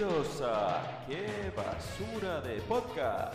Bienvenidos a ¡Qué basura de podcast!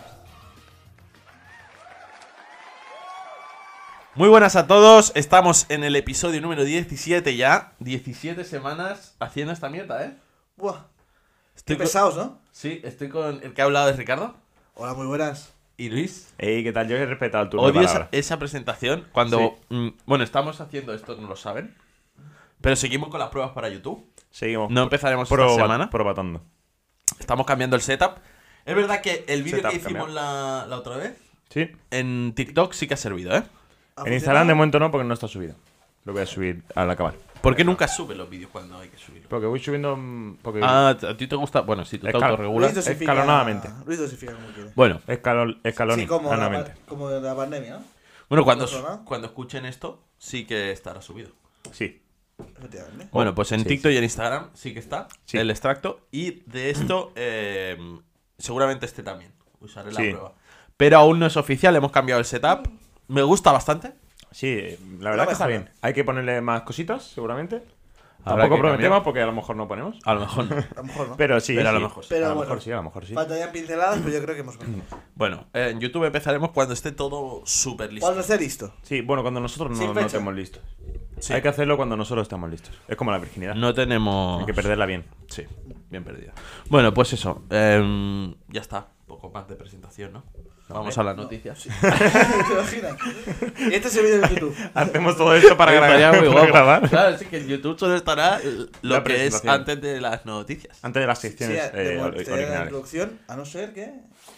Muy buenas a todos, estamos en el episodio número 17 ya. 17 semanas haciendo esta mierda, ¿eh? Buah. Qué pesados, ¿no? Sí, estoy con el que ha hablado, es Ricardo. Hola, muy buenas. ¿Y Luis? Ey, ¿qué tal? Yo he respetado el turno de Odio palabra. esa presentación cuando... bueno, estamos haciendo esto, no lo saben. Pero seguimos con las pruebas para YouTube. Seguimos. No empezaremos esta semana. Probatando. Estamos cambiando el setup. Es verdad que el vídeo Setup que hicimos la otra vez Sí. en TikTok sí que ha servido, ¿eh? En Instagram de momento no, porque no está subido. Lo voy a subir al acabar. ¿Por qué nunca sube los vídeos cuando hay que subirlos? Porque voy subiendo. Porque Ah, ¿a ti te gusta? Bueno, sí, tú te autorregulas. Luis dosifica- escalonadamente. Luis dosifica como quiere. Bueno, Sí, como escalonadamente. como de la pandemia, ¿no? bueno Otro, ¿no? cuando escuchen esto, sí que estará subido. Sí. Efectivamente. Bueno, pues en sí, TikTok y en Instagram sí que está Sí. el extracto. Y de esto, seguramente este también. Usaré la Sí. prueba. Pero aún no es oficial, hemos cambiado el setup. Me gusta bastante. Sí, la verdad que está mejora. bien. Hay que ponerle más cositas, seguramente. Habrá Tampoco que prometemos cambiar. porque a lo mejor no ponemos. A lo mejor no. A lo mejor no. Pero sí. Pero a lo sí. mejor sí. Pero a lo bueno. mejor sí, a lo mejor sí. Faltarían pinceladas, pero yo creo que hemos ganado. Bueno, en YouTube empezaremos cuando esté todo súper listo. Cuando esté listo. Sí, bueno, cuando nosotros Sin no fecha. estemos listos. Sí. Hay que hacerlo cuando nosotros estamos listos. Es como la virginidad. No tenemos... Hay que perderla bien. Sí, bien perdida. Bueno, pues eso. Ya está. Poco más de presentación, ¿no? Vamos a las noticias. ¿Te imaginas? Y este es el vídeo de YouTube. Hacemos todo esto para Estaría muy para guapo. grabar. Claro, es que en YouTube solo estará lo La que es presentación. antes de las noticias. Antes de las Sí, secciones de momento, la originales. introducción, a no ser que...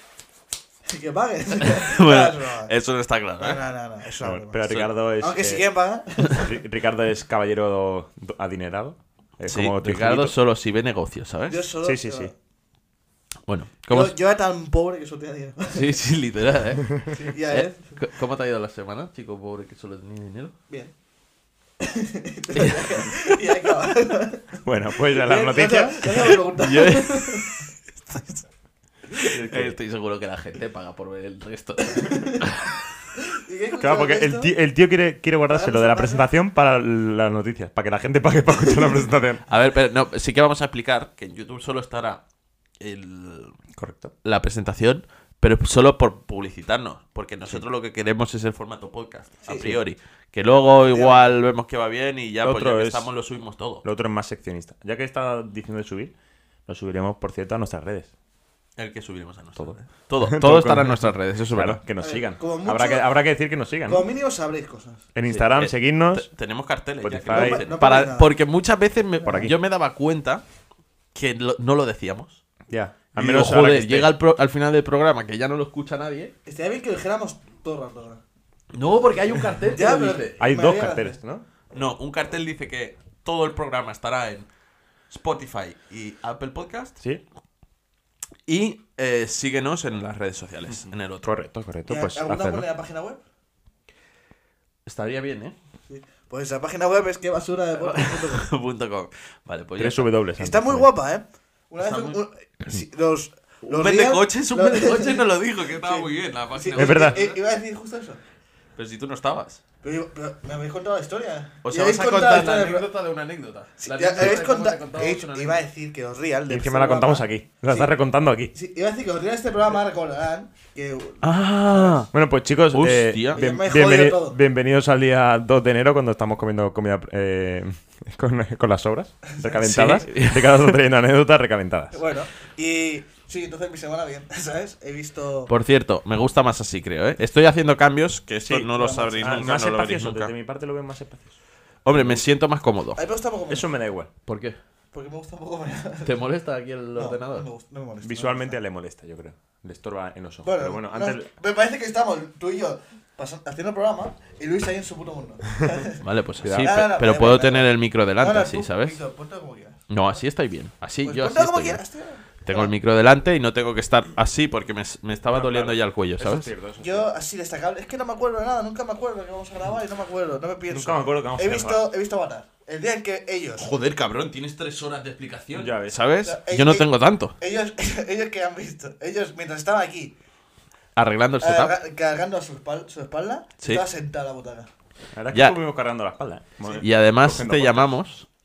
que pagues. Bueno, No, eso no está claro, ¿eh? no. Eso No, no, no. pero Ricardo es. Aunque si quieren pagar. Ricardo es caballero adinerado. Es Sí, como Ricardo Trujillito. solo si ve negocios, ¿sabes? Yo solo... Sí. Bueno, ¿cómo... Yo era tan pobre que solo tenía dinero. Sí, literal, ¿eh? Sí, ya es. ¿Cómo te ha ido la semana, chico pobre que solo tenía dinero? Bien. y ahí acaba. Bueno, pues ya las noticias. Ya te voy a preguntar. Yo... Estoy seguro que la gente paga por ver el resto. ¿Y qué Claro, porque esto? el tío quiere guardarse lo de la presentación para las noticias. Para que la gente pague para escuchar la presentación. A ver, pero no, sí que vamos a explicar que en YouTube solo estará Correcto. la presentación, pero solo por publicitarnos, porque nosotros lo que queremos es el formato podcast, a priori. Que luego igual vemos que va bien y ya, Lo pues otro ya que es- estamos lo subimos todo. Lo otro es más seccionista. Ya que está diciendo de subir, lo subiremos, por cierto, a nuestras redes. El que subiremos a nosotros. Todo. Todo estará en nuestras redes, eso es Claro, verdad. que nos A ver, sigan. como mucho- Habrá que decir que nos sigan. Como ¿no? mínimo sabréis cosas. En Instagram, Sí, seguidnos. Tenemos carteles ya que Spotify. lo dicen. No pone nada. Porque muchas veces Por aquí. yo me daba cuenta que no lo decíamos. Ya. Al Al menos, menos ahora que joder, esté. llega al final del programa que ya no lo escucha nadie. Estaría bien que lo dijéramos todo el rato ahora. No, porque hay un cartel que Ya, lo pero- dice. Hay Me dos haría carteles, gracia. ¿no? No, un cartel dice que todo el programa estará en Spotify y Apple Podcast. Sí. Y síguenos en las redes sociales, en el otro. Correcto. ¿Y Pues ¿Alguna hacerlo. pone la página web? Estaría bien, ¿eh? Sí. Pues la página web es que basura de podcast.com. .com. Vale, pues ya 3 W. Está muy guapa, ¿eh? Una vez Está muy- sí, los Un real- vendecoches, los- nos lo dijo, que estaba muy bien la Sí, página. Es verdad. Iba a decir justo eso. Pero si tú no estabas. Pero me habéis contado la historia. O Y sea, habéis vas a contado contar la historia, anécdota de una anécdota. Sí, La ya anécdota habéis de cómo te contado. contabas una Iba a anécdota. decir que los real Y de es que este me la contamos programa- aquí. La Sí. estás recontando aquí. Sí, iba a decir que los real de este programa recordarán que Ah, Bueno, pues chicos, Hostia. Ya me he jodido todo. bienvenidos al día 2 de enero cuando estamos comiendo comida con las sobras recalentadas. Sí. Ricardo está trayendo anécdotas recalentadas. bueno, y sí, entonces mi semana bien, ¿sabes? He visto por cierto, me gusta más así, creo, ¿eh? Estoy haciendo cambios, que esto Sí, no lo vamos. sabréis Ah, nunca, más no lo veréis espacioso, nunca. desde mi parte lo veo más espacioso. Hombre, me siento más cómodo. A mí me gusta un poco menos. Eso me da igual. ¿Por qué? Porque me gusta un poco menos. ¿Te molesta aquí el No, ordenador? No me gusta, no me molesta. Visualmente no me le molesta, yo creo. Le estorba en los ojos. gusta. Pero bueno, no, antes... me parece que estamos tú y yo haciendo el programa y Luis ahí en su puto mundo. Vale, pues Cuidado. sí, No, no, no, pero ven, puedo ven, tener ven. el micro delante, No, no, así, tú, ¿sabes? Víctor, ponte como quieras. No, así estoy bien. Así Pues yo ponte así como estoy bien. quieras, tío. Tengo el micro delante y no tengo que estar así porque me estaba No, doliendo claro. ya el cuello, Eso es ¿sabes? cierto, eso es Yo cierto. así destacable, es que no me acuerdo de nada, nunca me acuerdo que vamos a grabar y no me acuerdo, no me pienso. Nunca me acuerdo que vamos a grabar. He visto Avatar. El día en que ellos Joder, cabrón, tienes 3 horas de explicación. Ya ves. ¿Sabes? sea, Yo no tengo tanto. ellos que han visto, ellos mientras estaban aquí Arreglando el setup. cargando a su espalda, Sí. estaba sentado en la butaca. La verdad es Ya. que estuvimos cargando la espalda. ¿eh? Y además Cogiendo te cosas. llamamos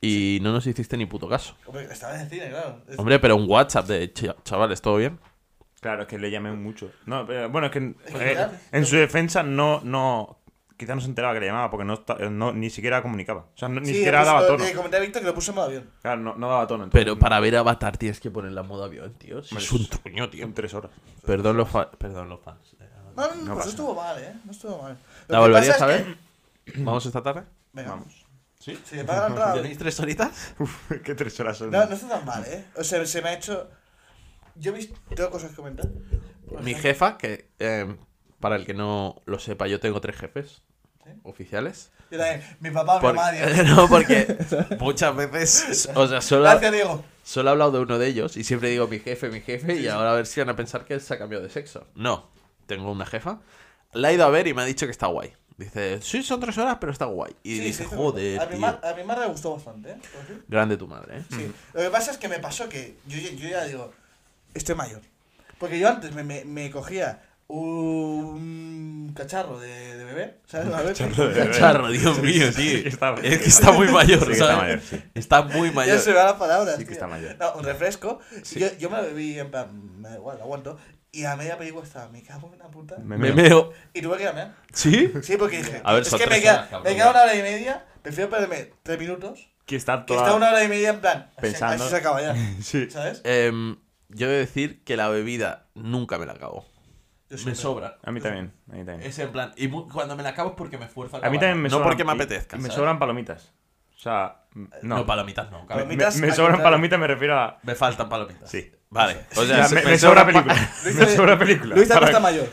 y no nos hiciste ni puto caso. Hombre, estaba en el cine, claro. Hombre, pero un WhatsApp de chavales, ¿todo bien? Claro, es que le llamé mucho. No, pero, bueno, es que claro. en su defensa no quizás no se enteraba que le llamaba porque ni siquiera comunicaba. O sea, ni siquiera daba tono. Comenté a Víctor que lo puso en modo avión. Claro, no daba tono. Entonces, Pero para ver Avatar tienes que poner la modo avión, tío. Si es un truño, tío. en 3 horas. Perdón los fans. No, No pues pasa. no estuvo mal, No estuvo mal. Lo ¿La que volverías pasa a es ver? ¿Vamos esta tarde? Venga, Vamos. ¿Sí? si me pagan la entrada. ¿Tenéis 3 horitas? Uf, qué 3 horas son. No está tan mal, O sea, se me ha hecho. Yo he visto. Tengo cosas que comentar. Por Mi ejemplo, jefa, que para el que no lo sepa, yo tengo 3 jefes ¿Sí? oficiales. Yo también. Mi papá, mi Por- mamá, no, porque muchas veces, o sea, Gracias, Diego. solo he hablado de uno de ellos y siempre digo mi jefe, y ahora a ver si van a pensar que se ha cambiado de sexo. No, tengo una jefa, la he ido a ver y me ha dicho que está guay. Dice, sí, son 3 horas, pero está guay. Y dice, joder, a mi, tío. a mi madre le gustó bastante, ¿Puedo decir? Grande tu madre, ¿eh? Sí. Lo que pasa es que me pasó que yo ya digo, estoy mayor. Porque yo antes me cogía un cacharro de bebé, ¿sabes? Una bebé. Cacharro, Dios mío, tío. Está- Es que está muy mayor, Sí que está ¿sabes? mayor, sí. Está muy Ya mayor. se me van las palabras. Sí que tío. está mayor. No, un refresco. Sí. Yo me lo bebí en plan, me da igual, lo aguanto. Y a media película estaba, me cago en la puta. Me Me meo. meo. Y tuve que ir a mear. ¿Sí? Sí, porque dije, A ver, es son que 3 me horas, queda, cabrón. me queda 1 hora y media, prefiero perderme 3 minutos Que está que toda... está 1 hora y media en plan, Pensando. así se acaba ya, Sí. ¿sabes? Yo he de decir que la bebida nunca me la acabo. Yo Me siempre. sobra. A mí también. Es en plan, y cuando me la acabo es porque me esfuerzo A mí también me no sobran... porque me y- apetezca. y me ¿sabes? sobran palomitas. O sea, No, no. palomitas no, cabrón. Palomitas. Me al sobran contrario. palomitas, me refiero a... Me faltan palomitas. Sí. Vale. O O sea, sea, me sobra película. Me sobra película. Luis Para- está mayor.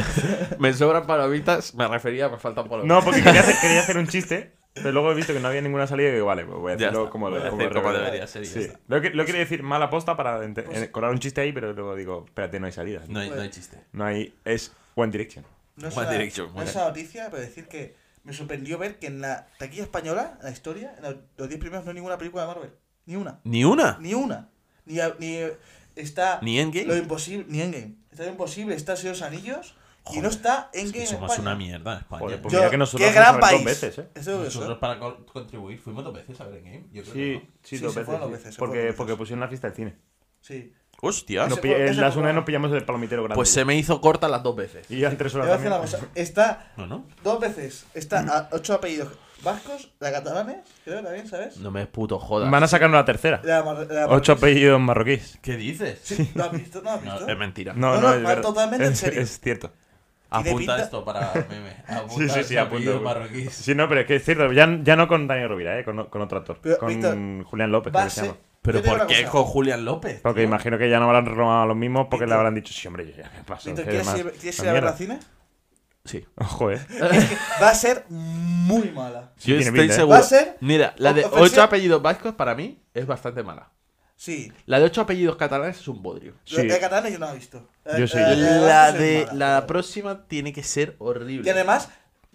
me sobran palomitas, me refería a me faltan palomitas. No, porque quería hacer un chiste, pero luego he visto que no había ninguna salida y digo, vale, pues voy a Ya hacerlo está. como, Voy a como hacer como debería. debería ser y ya Sí. está. Lo quería decir mal aposta para colar un chiste ahí, pero luego digo, espérate, no hay salida. No hay chiste. No hay... Es One Direction. No es, One una, Direction, no vale. es una noticia, pero decir que me sorprendió ver que en la taquilla española, en la historia, en los 10 primeros no hay ninguna película de Marvel. Ni una. ¿Ni una? Ni una. Ni está ¿Ni Endgame? lo imposible. Ni Endgame. Está lo imposible, está Señor de los Anillos. Y Joder, no está Es Endgame que en somos España. una mierda en España. Joder, pues Yo- mira que nosotros qué fuimos a gran ver país. 2 veces, ¿eh? Eso es Nosotros eso. para contribuir fuimos 2 veces a ver en game. Yo creo que Sí, no. sí, Sí, 2 se veces. fueron 2 sí. veces, se fueron 2 Porque veces. pusieron la fiesta del cine. Sí. Hostia. Ese fue- En ese las fue una bueno. nos pillamos el palomitero grande. Pues se me hizo corta las 2 veces. Y eran 3 Te horas voy a decir una también. cosa. Está No, no. 2 veces. Está a 8 apellidos vascos, la catalanes, creo también, ¿sabes? No me puto jodas. Van a sacar una tercera. La 8 apellidos marroquíes. ¿Qué dices? Sí, ¿lo has visto? ¿No lo has No, visto? es mentira. No, No, no, no, es va verdad. totalmente en serio. Es cierto. Tiene Apunta pinta- esto para meme. Apunta Sí, apellido apunto. marroquí. Sí, no, pero es que es cierto. Ya no con Daniel Rovira, con otro actor. Pero, con Víctor, Julián López, Va creo a que se ser. llama. Pero yo te digo ¿por una qué cosa. con Julián López? Porque tío? imagino que ya no habrán renovado los mismos porque le Víctor. habrán dicho, sí, hombre, ya, ¿qué pasa? Víctor, ¿Qué ¿quieres más? ir La a ver al mierda. cine? Sí. Ojo, Es que va a ser muy mala. Sí, Yo tiene estoy pinta, ¿eh? seguro. Va a ser Mira, la de ofensiva- 8 apellidos vascos para mí es bastante mala. Sí. La de 8 apellidos catalanes es un bodrio. Sí. La catalana yo no la he visto. Yo sí, yo sí. La vascos es de mala. la próxima tiene que ser horrible. Y además,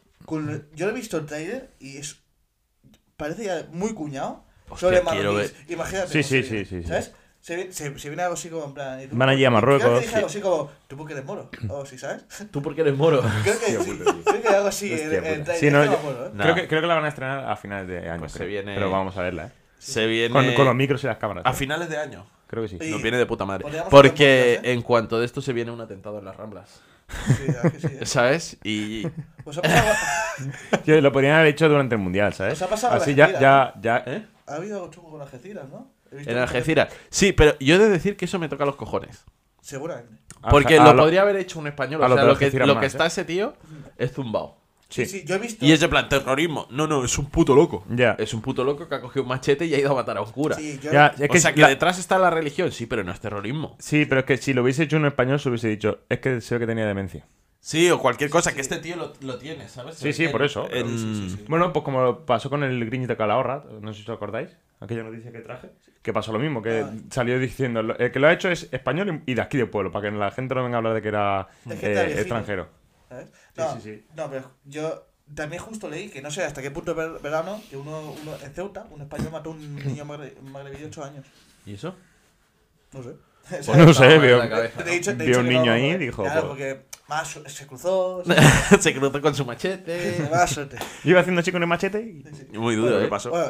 yo lo he visto el trailer y es. Parece ya muy cuñado. Hostia, Sobre quiero marroquíes. Imagínate. Sí, cómo sí, se viene, sí, sí, ¿Sabes? Se viene algo así como en plan. ¿y tú? Van allí a Marruecos, Creo que dije sí. algo así como. ¿Tú por qué eres moro? O sí, ¿sabes? ¿Tú por qué eres moro? Creo que, Hostia puta, creo que algo así Hostia en el puta. trailer. Sí, no, no me yo- acuerdo, ¿eh? No. Creo que la van a estrenar a finales de año. Pues se creo. viene- Pero vamos a verla, ¿eh? Se viene Con los micros y las cámaras. a finales de año. Creo que sí. Y- Nos viene de puta madre. Podríamos Porque hacer un podcast, ¿eh? en cuanto de esto se viene un atentado en las Ramblas. Sí, la verdad que sí, ¿eh? ¿Sabes? Y Pues ha pasado. Tío, lo podrían haber hecho durante el Mundial, ¿sabes? Os ha pasado Así la ya... ¿eh? Ha habido algo chungo con Algeciras, ¿no? He visto En que- Algeciras. Sí, pero yo he de decir que eso me toca los cojones. Seguramente. Porque a lo lo- podría haber hecho un español. a O los sea, de lo que Algeciras lo más, que ¿eh? está ese tío es zumbao. Sí, Sí. sí, yo he visto. Y es de plan, terrorismo. No, es un puto loco. Ya. Es un puto loco que ha cogido un machete y ha ido a matar a un cura. Sí, yo. Ya, es O sea, que la- detrás está la religión, sí, pero no es terrorismo. Sí, pero es que si lo hubiese hecho un español, se hubiese dicho, es que se ve que tenía demencia. Sí, o cualquier cosa, que este tío lo tiene, ¿sabes? Sí, sí, por eso. En- Sí, sí. Bueno, pues como pasó con el Grinch de Calahorra, no sé si os acordáis, aquella noticia que traje, que pasó lo mismo, que Ah. salió diciendo, el que lo ha hecho es español y de aquí del pueblo, para que la gente no venga a hablar de que era Es que está viejito. extranjero. ¿Sabes? No, sí, sí. no, pero yo también justo leí que no sé hasta qué punto verano que uno en Ceuta, un español mató a un niño magrebí de 8 años. ¿Y eso? No sé. Pues no sé, Estaba veo- en la cabeza, Te he dicho- te he Vio dicho un que niño no, ahí y ¿no? dijo, Claro, pues- porque más se cruzó. ¿no? Se cruzó con su machete. Más suerte. Yo iba haciendo así con el machete y... Muy duro, Bueno, ¿qué ¿eh? pasó? Bueno,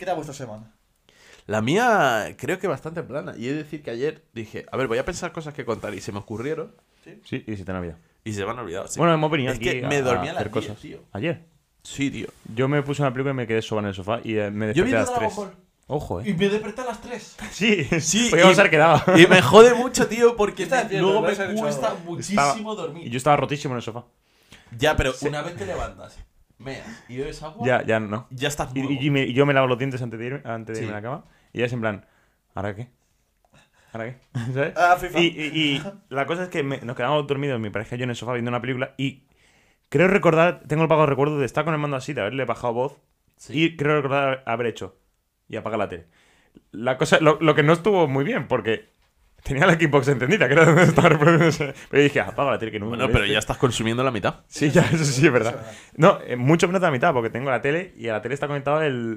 ¿Qué tal vuestra semana? La mía creo que bastante plana. Y he de decir que ayer dije, a ver, voy a pensar cosas que contar. Y se me ocurrieron Sí, y si te han olvidado. y se me han olvidado. Sí. Bueno, hemos venido es aquí que me a dormí a las hacer 10, cosas. tío. ¿Ayer? Sí, tío. Yo me puse una película y me quedé sobado en el sofá y me Yo desperté vi a las Dragon 3. Ball. Ojo, Y me desperté a las 3. Sí, Sí, podíamos haber quedado. Y me jode mucho, tío, porque Estás bien, luego lo me vais a haber cuesta echado. muchísimo Y dormir. yo estaba rotísimo en el sofá. Ya, pero una vez te levantas, meas y bebes agua, Ya no. ya estás Y, nuevo. y yo me lavo los dientes antes de irme Sí. a la cama. Y ya es en plan, ¿ahora qué? ¿Ahora qué? ¿Sabes? Ah, FIFA. Y la cosa es que nos quedamos dormidos, mi pareja y yo, en el sofá viendo una película. Y creo recordar, tengo el vago recuerdo de estar con el mando así, de haberle bajado voz. Sí. Y creo recordar haber hecho y apagar la tele. La cosa, lo que no estuvo muy bien, porque tenía la Xbox encendida, que era donde estaba reproduciéndose. Pero dije, apaga la tele, que no me Bueno, pero moleste. ya estás consumiendo la mitad. Sí, ya, eso sí es verdad. Eso es verdad. No, mucho menos de la mitad, porque tengo la tele y a la tele está conectado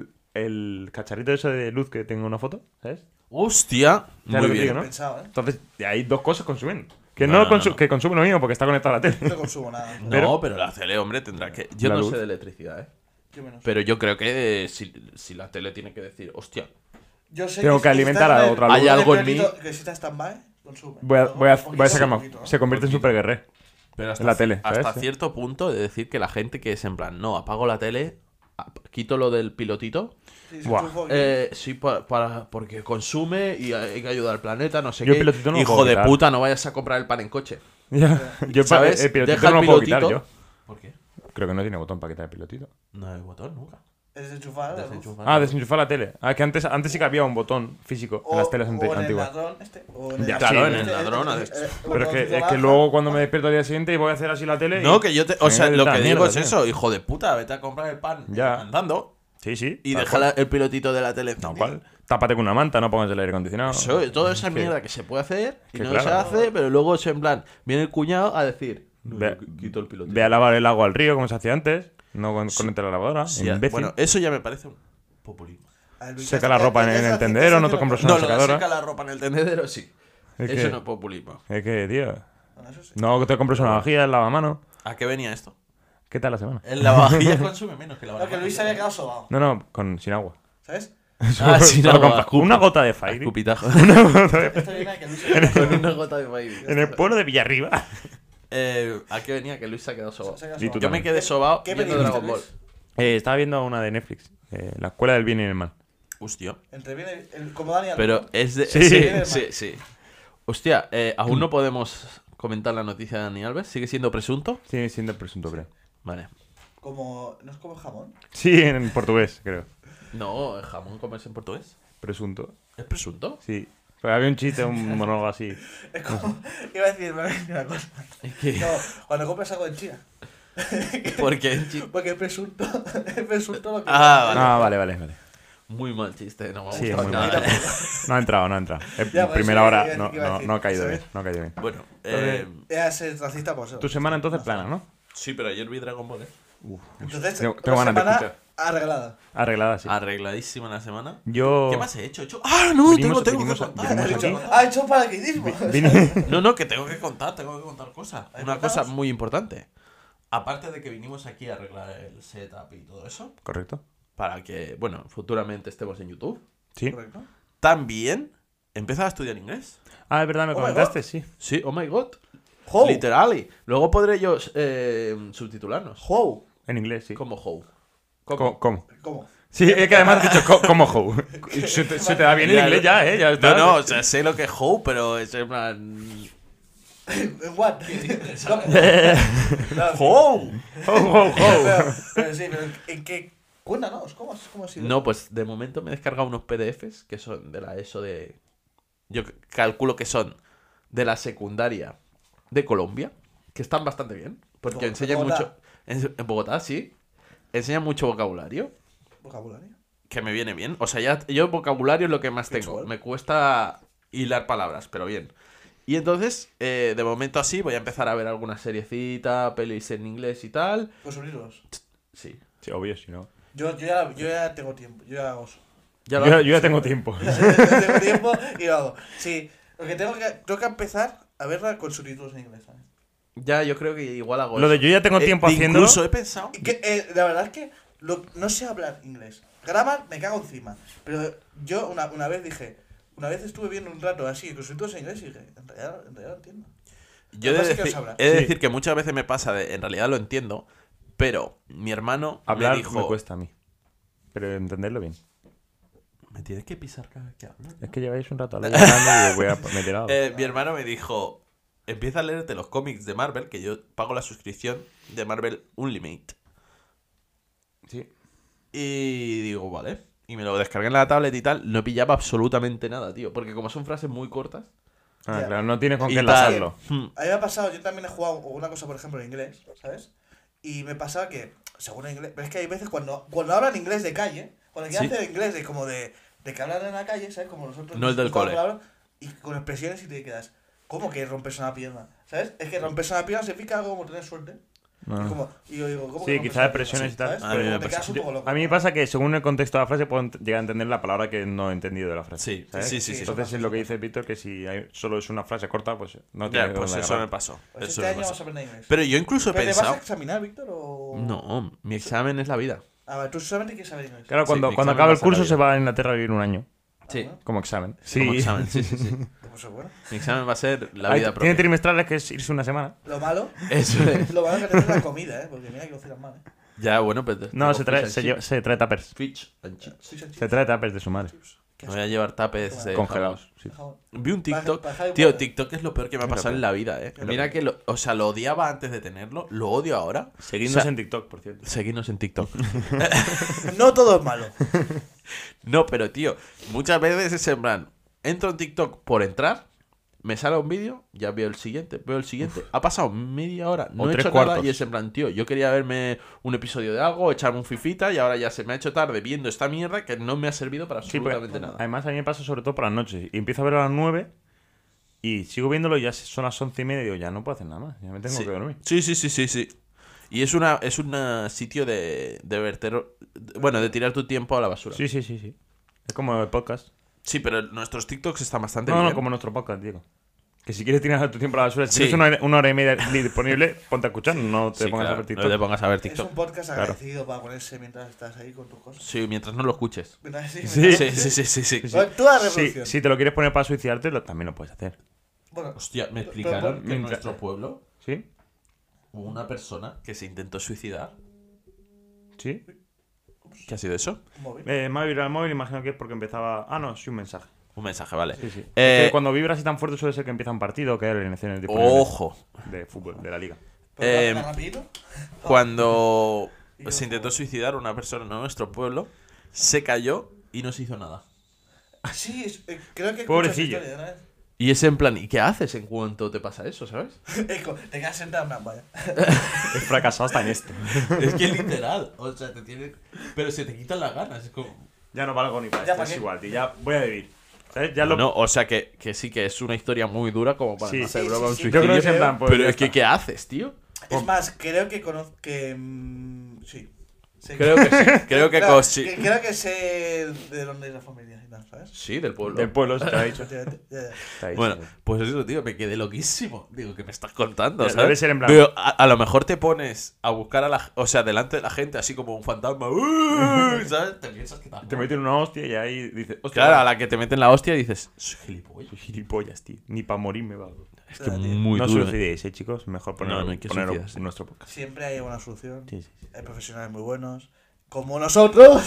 el cacharrito ese de luz que tengo una foto, ¿sabes? Hostia, lo muy que bien. digo, ¿no? Pensado, ¿eh? Entonces, hay dos cosas consumiendo. Que No, no. que consume lo mismo porque está conectado a la tele. No consumo nada. No, pero la tele, hombre, tendrá que... Yo La no luz. sé de electricidad, ¿eh? Yo menos. Pero yo creo que si la tele tiene que decir, hostia, Yo sé Tengo que si alimentar está a en el- otra luz. Hay algo en perrito mí- Que si está stand-by, consume. Voy a Un sacar poquito, más. un poquito, ¿no? Se convierte en Poquito. super guerrero. pero hasta, En la tele, hasta ¿sabes? cierto punto de decir que la gente que es en plan, no, apago la tele, quito lo del pilotito, Sí, se Buah. enchufa un- sí, porque consume y hay que ayudar al planeta, no sé Yo qué. el pilotito no lo Hijo puedo de quitar. puta, no vayas a comprar el pan en coche. Ya. Yo ¿Sabes? el pilotito Deja no el lo puedo quitar pilotito. yo. ¿Por qué? Creo que no tiene botón para quitar el pilotito. No hay botón nunca. Es desenchufar la luz. Desenchufar. Ah, desenchufar la tele. Ah, que antes sí que había un botón físico en las teles o en el antiguas. ladrón este. O en Ya, el, claro, en el ladrón, Pero es que luego cuando me despierto al día siguiente y voy a hacer así la tele. No, que yo te. O sea, me lo da que digo mierda, es tío. eso, hijo de puta, vete a comprar el pan Ya. andando Sí, sí. y tal deja cual. el pilotito de la tele Tal encendido. cual. Tápate con una manta, no pongas el aire acondicionado. Toda esa Que- mierda que se puede hacer y que no claro. se hace, pero luego es en plan, viene el cuñado a decir, no, Ve, yo quito el pilotito. ve a lavar el agua al río como se hacía antes. No conecta la lavadora. Sí, imbécil. bueno, eso ya me parece un populismo. A ver, Luis, Seca ya- la ya- ropa ya- en ya- el ya- tendedero, ya- no ya- te compras ya- una No, lo de secadora. seca la ropa en el tendedero, sí. Es Eso que- no es populismo. Es que, tío. Bueno, eso sí. No te compres una vajilla, el lavamano. ¿A qué venía esto? ¿Qué tal la semana? El lavavajillas consume menos que la No, que Luis se había quedado sobado. No, sin agua. ¿Sabes? Ah, sí, Solo no, con- a escup- una gota de a Fairy. escupitajo. Esto viene de que Luis se había quedado Con una gota de baile. En el pueblo de Villarriba. ¿A qué venía? Que Luis se ha quedado sobado. Se ha quedado Y tú sobado. Yo me quedé sobado ¿Qué viendo película Dragon Ball. viste, Estaba viendo una de Netflix. La escuela del bien y el mal. Hostia. Entre bien como Daniel. Pero es de. Sí. Sí, sí, sí. Hostia, aún no podemos comentar la noticia de Dani Alves. ¿Sigue siendo presunto? Sigue siendo el presunto, creo. Vale. Como. ¿No es como jamón? Sí, en portugués, creo. No, el jamón comerse en portugués. Presunto. ¿Es presunto? Sí. Pero había un chiste, un monólogo así. Es como. Iba a decir, me voy a decir una cosa. Es que. No, cuando compras algo en China. Porque Porque es presunto. Es presunto lo que. Ah, vale. Vale. muy mal chiste, no me ha Sí, gustado muy nada. mal. No ha entrado. Ya, pues, Primera sí, hora iba a decir, no ha caído ¿sabes? bien. No ha caído bien. Bueno, Era ser racista por eso. Tu semana entonces plana, ¿no? sí, pero ayer vi Dragon Ball, Entonces, Tengo una ganas de semana escuchar. arreglada. Arreglada, sí. Arregladísima la semana. Yo. ¿Qué más he hecho? ¡Ah, no! Vinimos- tengo que vinimos- contar. vinimos aquí. Ha hecho paracaidismo. Vine- No, que tengo que contar cosas. ¿Hay Una contados? cosa muy importante. Aparte de que vinimos aquí a arreglar el setup y todo eso, Correcto. para que, bueno, futuramente estemos en YouTube, Sí. Correcto. también empezar a estudiar inglés. Ah, es verdad, me Oh my comentaste, sí. Sí, oh my god. How. Literally. Luego podré yo subtitularnos. How. En inglés, sí. Como how. ¿Cómo? ¿Cómo? Sí, es que además has dicho como how. Se te da bien el Ya, inglés ya, ¿eh? Ya está. No, o sea, sé lo que es how, pero es en plan... What? ¡How! Pero sí, pero ¿en qué? Cuéntanos, ¿cómo ha sido? No, pues de momento me he descargado unos PDFs que son de la ESO de... Yo calculo que son de la secundaria de Colombia, que están bastante bien, porque ¿De enseñan Bogotá? mucho... En Bogotá, sí. Enseñan mucho vocabulario, Vocabulario. que me viene bien. O sea, ya yo vocabulario es lo que más Qué tengo. chulo. Me cuesta hilar palabras, pero bien. Y entonces, de momento así, voy a empezar a ver alguna seriecita, pelis en inglés y tal. Pues unirlos. Sí. Sí, obvio, si no. Yo ya tengo tiempo. Yo ya hago eso. Ya Yo, lo... yo ya tengo tiempo. Yo tengo tiempo y lo hago. Sí, lo que tengo que empezar a verla con subtítulos en inglés. ¿sabes? Ya, yo creo que igual hago Lo de eso. yo ya tengo tiempo haciéndolo. Incluso he pensado... Y que, la verdad es que No sé hablar inglés. Grammar me cago encima. Pero yo una vez dije... Una vez estuve viendo un rato así, con subtítulos en inglés y dije, en realidad lo entiendo. Yo Lo he que de, pasa es que decir, lo sabrás. he de Sí. decir que muchas veces me pasa en realidad lo entiendo, pero mi hermano Hablar me dijo... me cuesta a mí. Pero entenderlo bien. Me tienes que pisar cada vez que hablo. Es que lleváis un rato hablando y os voy a meter algo. Mi hermano me dijo, empieza a leerte los cómics de Marvel, que yo pago la suscripción de Marvel Unlimited. Sí. Y digo, vale. Y me lo descargué en la tablet y tal. No pillaba absolutamente nada, tío. Porque como son frases muy cortas... Ah, Ya. claro, no tienes con y qué tal. enlazarlo. A mí me ha pasado, yo también he jugado una cosa, por ejemplo, en inglés, ¿sabes? Y me pasaba que, según en inglés, pero es que hay veces cuando hablan inglés de calle, cuando quieren Sí. hacer inglés de como de que hablan en la calle, ¿sabes? Como nosotros. No el del estamos cole. hablando, y con expresiones y te quedas, ¿cómo que rompes una pierna? ¿Sabes? Es que rompes una pierna significa algo como tener suerte. No. Y, como, y yo digo, ¿cómo Sí, que rompes quizás una expresiones y pierna? tal. ¿Sabes? A mí Pero me te pasa. quedas un poco loco. A mí me pasa que según el contexto de la frase puedo llegar a entender la palabra que no he entendido de la frase. Sí, ¿sabes? sí, sí, sí. Entonces es lo que dice Víctor, que si solo es una frase corta, pues no tiene Ya, pues dónde eso me agarrar. pasó. Pues Eso este me año pasó. vas a aprender inglés. Pero yo incluso he ¿Pero te vas a pensado... examinar, Víctor? O... No, mi examen es la vida. A ver, tú solamente quieres saber inglés. Claro, Sí, cuando mi acabe examen va a el ser curso la se vida. va a Inglaterra a vivir un año. Sí, Como examen. Sí. como examen, sí, sí, sí. Pues eso es bueno. Mi examen va a ser la Hay- vida tiene propia. trimestrales que es irse una semana. Lo malo, Eso es. lo malo que te es la comida, ¿eh? Porque mira que cocinan mal, ¿eh? Ya, bueno, pues... No, se trae tuppers. Fish and chips. Fish and Se chips. trae tuppers de su madre. Qué Me voy a llevar tapes de Congelados. Sí. jabón. Vi un TikTok. Para Javi Tío, Potter. TikTok es lo peor que me ha Es lo pasado en peor. la vida, Es lo Mira que o sea, lo odiaba antes de tenerlo, lo odio ahora. Seguidnos O sea, en TikTok, por cierto. Seguidnos en TikTok. No todo es malo. No, pero tío, muchas veces es en plan, entro en TikTok por entrar, me sale un vídeo, ya veo el siguiente, ha pasado media hora, no O he tres hecho nada cuartos. y es en plan, tío, yo quería verme un episodio de algo, echarme un fifita y ahora ya se me ha hecho tarde viendo esta mierda que no me ha servido para Sí, porque absolutamente nada. además a mí me pasa sobre todo por las noches. Y empiezo a verlo a las 9 y sigo viéndolo y ya son las 11:30 y digo, ya no puedo hacer nada más. Ya me tengo Sí. que dormir. Sí. Y es un sitio de verter, bueno, de tirar tu tiempo a la basura. Sí. Es como el podcast. Sí, pero nuestros TikToks están bastante No, bien. no, como nuestro podcast, Diego. Que si quieres tirar tu tiempo a la basura, si Sí. tienes una hora y media disponible, ponte a escuchar, no te Sí, pongas claro, a ver no TikTok. te pongas a ver Es TikTok. un podcast agradecido para ponerse mientras estás ahí con tus cosas. Sí, mientras no lo escuches. Mientras- Sí. Sí. Bueno, tú haz Sí, revolución. si te lo quieres poner para suicidarte, también lo puedes hacer. Bueno, Hostia, me Pero- explicaron pero- que en nuestro pueblo ¿Sí? hubo una persona que se intentó suicidar. ¿Sí? ¿Qué ha sido eso? un móvil. Me ha vibrado el móvil, imagino que es porque empezaba... Ah, no, sí, un mensaje. Un mensaje, vale. Sí. Eh, Es que cuando vibra así tan fuerte suele ser que empieza un partido que hay alineaciones disponibles Ojo. de fútbol, de la liga. Pero eh, rapidito. Cuando Y yo- se intentó suicidar una persona en nuestro pueblo, se cayó y no se hizo nada. Sí, creo que Pobrecillo. escucho esa historia, ¿no? Y es en plan, ¿y qué haces en cuanto te pasa eso, sabes? Te quedas sentado en una vaya. He fracasado hasta en esto. Es que literal, o sea, te tienen... Pero se te quitan las ganas, es como... Ya no valgo ni para Ya, esto, ¿para es qué? igual, tío. Ya voy a vivir. ¿Sabes? Ya lo... No, o sea que sí que es una historia muy dura como para Sí. no hacer Sí, broma sí, un sí. Yo creo que suicidio. es en plan, pues, Pero ya es que, está. ¿qué haces, tío? Es más, creo que conozco que... sí. Sé Creo que sí, creo que Claro, sí. creo que sé de dónde es la familia y tal, ¿sabes? Sí, del pueblo. Del pueblo, se te lo ha dicho. Efectivamente, ya. Está ahí, Bueno, sí. pues eso, tío, me quedé loquísimo. Digo, ¿qué me estás contando? Ya, ¿sabes? debe ser en plan- Pero a lo mejor te pones a buscar a la... O sea, delante de la gente, así como un fantasma. ¿Sabes? Te piensas que Te meten una hostia y ahí dices, hostia, Claro, a vale, la que te meten la hostia dices, soy gilipollas. soy gilipollas, tío. Ni para morir me va. Es que tío. muy no duro. suicidéis, chicos. Mejor poner, No hay que poner suicidarse. nuestro podcast. Siempre hay una solución. Sí. Hay profesionales muy buenos. Como nosotros.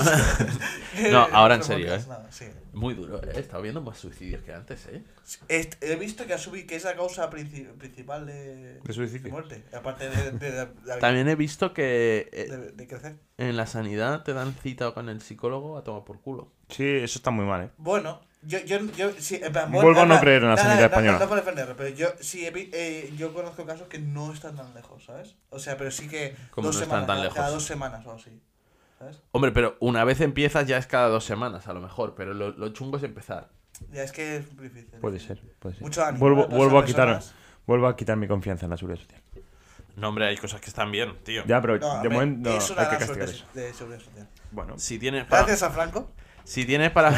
No, ahora en Nuestro serio, podcast, nada, sí. Muy duro, He estado viendo más suicidios que antes, He visto que que es la causa principal de suicidio. muerte. Aparte También he visto que de crecer. en la sanidad te dan cita con el psicólogo a tomar por culo. Sí, eso está muy mal, ¿eh? Bueno, yo sí, en plan, Vuelvo a no en plan, creer en la sanidad española. No por defenderlo, pero yo sí yo conozco casos que no están tan lejos, ¿sabes? O sea, pero sí que ¿Cómo dos no están semanas, tan cada lejos? 2 semanas o así, ¿sabes? Hombre, pero una vez empiezas ya es cada 2 semanas, a lo mejor. Pero lo chungo es empezar. Ya es que es muy difícil. Puede ser, puede ser. Mucho ánimo. Vuelvo, ¿eh? Todas vuelvo a esas quitar, personas. vuelvo a quitar mi confianza en la seguridad social. No, hombre, hay cosas que están bien, tío. Ya, pero No, a de ver, momento no, es una hay que gran castigar suerte eso. de seguridad social. Bueno, Si tienes para... Gracias a Franco. Si tienes para...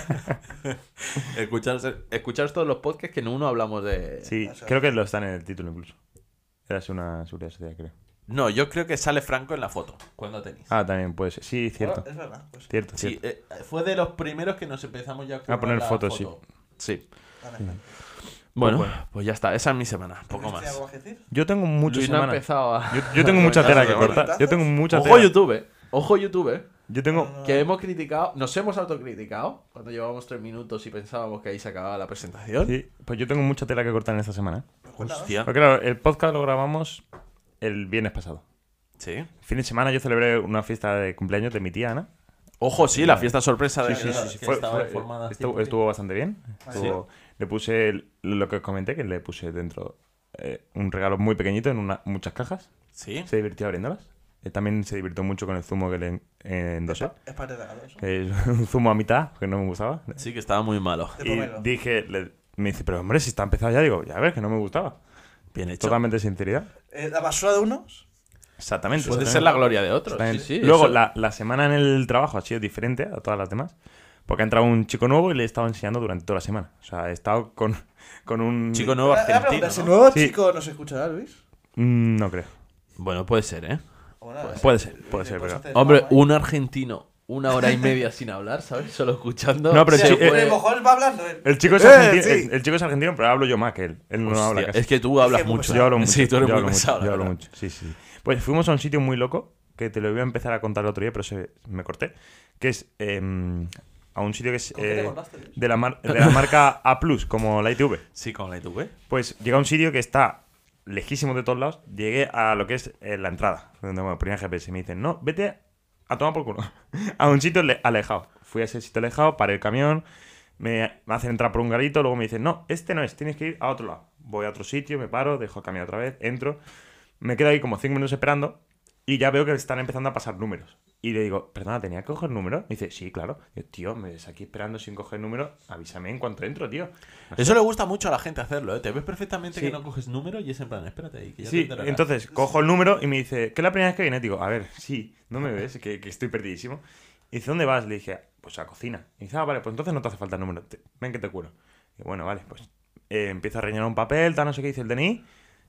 escucharos todos los podcasts que en uno hablamos de... sí, o sea, creo que lo están en el título incluso. Era una seguridad social, creo. No, yo creo que sale Franco en la foto. Cuando tenéis. Ah, también puede ser. Sí, cierto. Es verdad. Pues. Cierto, Sí, cierto. fue de los primeros que nos empezamos ya A poner la fotos, foto. Sí. Vale. Bueno, bueno. pues ya está. Esa es mi semana. Poco ¿Tienes más. algo que decir? Yo tengo muchas Luis no ha semanas. empezado a... Yo tengo mucha tela que Semana. cortar. Yo tengo mucha Ojo tela. YouTube. Ojo YouTube. Yo tengo... Que hemos criticado... Nos hemos autocriticado cuando llevábamos 3 minutos y pensábamos que ahí se acababa la presentación. Sí, pues yo tengo mucha tela que cortar en esta semana. Pues cuéntanos. Hostia. Porque claro, el podcast lo grabamos el viernes pasado. Sí. Fin de semana yo celebré una fiesta de cumpleaños de mi tía Ana. Ojo, sí, la fiesta sorpresa de Sí. que Fue- estaba fue- informada. estuvo bastante bien. Sí. Le puse lo que os comenté, que le puse dentro un regalo muy pequeñito en muchas cajas. Sí. Se divirtió abriéndolas. También se divirtió mucho con el zumo que le endosé. Es parte de regalo eso. Que es un zumo a mitad, que no me gustaba. Sí, que estaba muy malo. De Y pomelo. dije, me dice, pero hombre, si está empezado ya, digo, ya ves, que no me gustaba. Bien hecho. Totalmente sinceridad. La basura de unos. Exactamente. Puede exactamente. ser la gloria de otros. Sí, Exactamente. sí. Luego, eso- la semana en el trabajo ha sido diferente a todas las demás. Porque ha entrado un chico nuevo y le he estado enseñando durante toda la semana. O sea, he estado con un... Chico nuevo Voy a argentino, preguntar, ¿ese ¿no? nuevo Sí. chico nos escuchará, Luis? No creo. Bueno, puede ser, ¿eh? O nada, Puede sí. ser, puede ser, Puedes pero- hacer Hombre, spam ahí. un argentino, 1 hora y media sin hablar, ¿sabes? Solo escuchando. No, pero O sea, sí, a lo mejor va hablando él. El chico es Sí. argentino, el chico es argentino, pero hablo yo más que él. Él no habla Hostia, casi. es que tú hablas Es que mucho. Yo hablo mucho. Sí, tú eres yo muy hablo pesado. mucho, la yo hablo verdad. mucho. Sí, sí. Pues fuimos a un sitio muy loco, que te lo iba a empezar a contar el otro día, pero me corté. Que es a un sitio que es ¿Con qué te acordaste, Luis? de la marca A+, como la ITV. Sí, con la ITV. Pues llegué a un sitio que está lejísimo de todos lados. Llegué a lo que es la entrada, donde me ponía GPS. Y me dicen, no, vete a tomar por culo. A un sitio alejado. Fui a ese sitio alejado, paré el camión, me hacen entrar por un garito, luego me dicen, no, este no es, tienes que ir a otro lado. Voy a otro sitio, me paro, dejo el camión otra vez, entro. Me quedo ahí como 5 minutos esperando y ya veo que están empezando a pasar números. Y le digo, perdona, ¿tenía que coger número? Me dice, sí, claro. Y yo, tío, me ves aquí esperando sin coger número, avísame en cuanto entro, tío. No sé. Eso le gusta mucho a la gente hacerlo, ¿eh? Te ves perfectamente Sí. que no coges número y es en plan, espérate ahí, que ya te Sí, enterarás. entonces cojo el número y me dice, ¿qué es la primera vez que viene? Digo, a ver, sí, no me ves, que estoy perdidísimo. Y dice, ¿dónde vas? Le dije, pues a la cocina. Y dice, ah, vale, pues entonces no te hace falta el número, ven que te curo. Y bueno, vale, pues empiezo a rellenar un papel, tal, no sé qué, dice el DNI.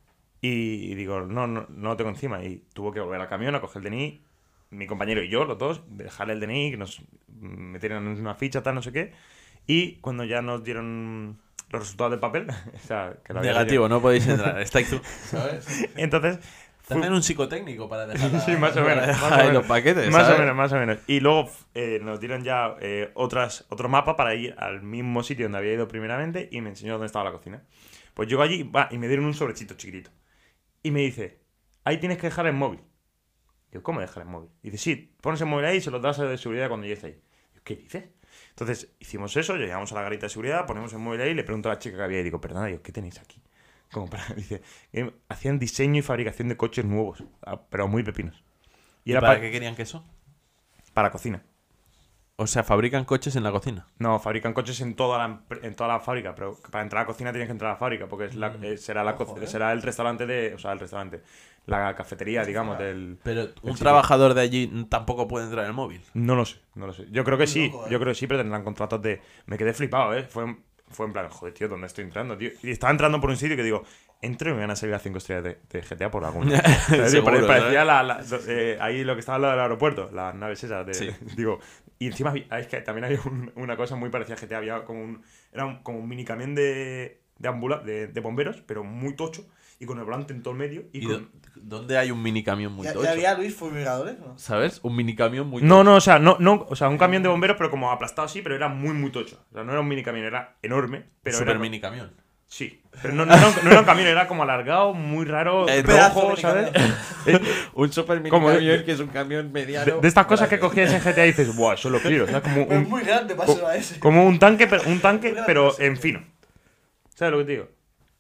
Y digo, no lo tengo encima. Y tuvo que volver al camión a coger el DNI, mi compañero y yo, los dos, dejarle el DNI, que nos metieron en una ficha, tal, no sé qué. Y cuando ya nos dieron los resultados del papel, o sea, que lo había Negativo, no podéis entrar. Estáis tú. ¿Sabes? rellenado. Entonces, Te hacen un psicotécnico para dejar, sí, más o menos. para dejar más o ahí menos. los paquetes. Más ¿sabes? o menos, más o menos. Y luego nos dieron ya otro mapa para ir al mismo sitio donde había ido primeramente y me enseñó dónde estaba la cocina. Pues llego allí y me dieron un sobrechito chiquitito. Y me dice, ahí tienes que dejar el móvil. Digo, ¿cómo dejar el móvil? Y dice, sí, pones el móvil ahí y se lo das a de seguridad cuando llegues ahí. Digo, ¿qué dices? Entonces hicimos eso, llegamos a la garita de seguridad, ponemos el móvil ahí, le pregunto a la chica que había y digo, perdona, digo, ¿qué tenéis aquí? Como para, dice, hacían diseño y fabricación de coches nuevos, pero muy pepinos. ¿Y era para qué querían queso? para cocina. O sea, fabrican coches en la cocina. No, fabrican coches en toda la fábrica, pero para entrar a la cocina tienes que entrar a la fábrica, porque es será el restaurante o sea, el restaurante, la cafetería, digamos, del... Pero un sitio. trabajador de allí tampoco puede entrar en el móvil. No lo sé. Yo creo que Muy sí, loco, yo creo que sí, pero tendrán contratos de... Me quedé flipado, ¿eh? Fue en plan, joder, tío, ¿dónde estoy entrando, tío? Y estaba entrando por un sitio que digo, entro y me van a salir a 5 estrellas de GTA por algún lado. Seguro, Parecía ahí lo que estaba al lado del aeropuerto, las naves esas. Sí. Digo, y encima es que también había una cosa muy parecida a GTA. Había como como un minicamión de bomberos, pero muy tocho, y con el volante en todo el medio. ¿Y dónde hay un minicamión muy ¿Y tocho? había Luis fumigadores? ¿No? ¿Sabes? Un minicamión muy No, o sea, o sea, un camión de bomberos, pero como aplastado así, pero era muy, muy tocho. O sea, no era un minicamión, era enorme, pero Super era... minicamión. Sí, pero no era un camión, era como alargado, muy raro, pedazo rojo, de ¿sabes? Un super Como minicamión que es un camión mediano. De estas cosas que cogías en GTA y dices, ¡buah, eso lo quiero! O sea, como Es muy grande para ser a ese. como un tanque, pero en fino. ¿Sabes lo que te digo?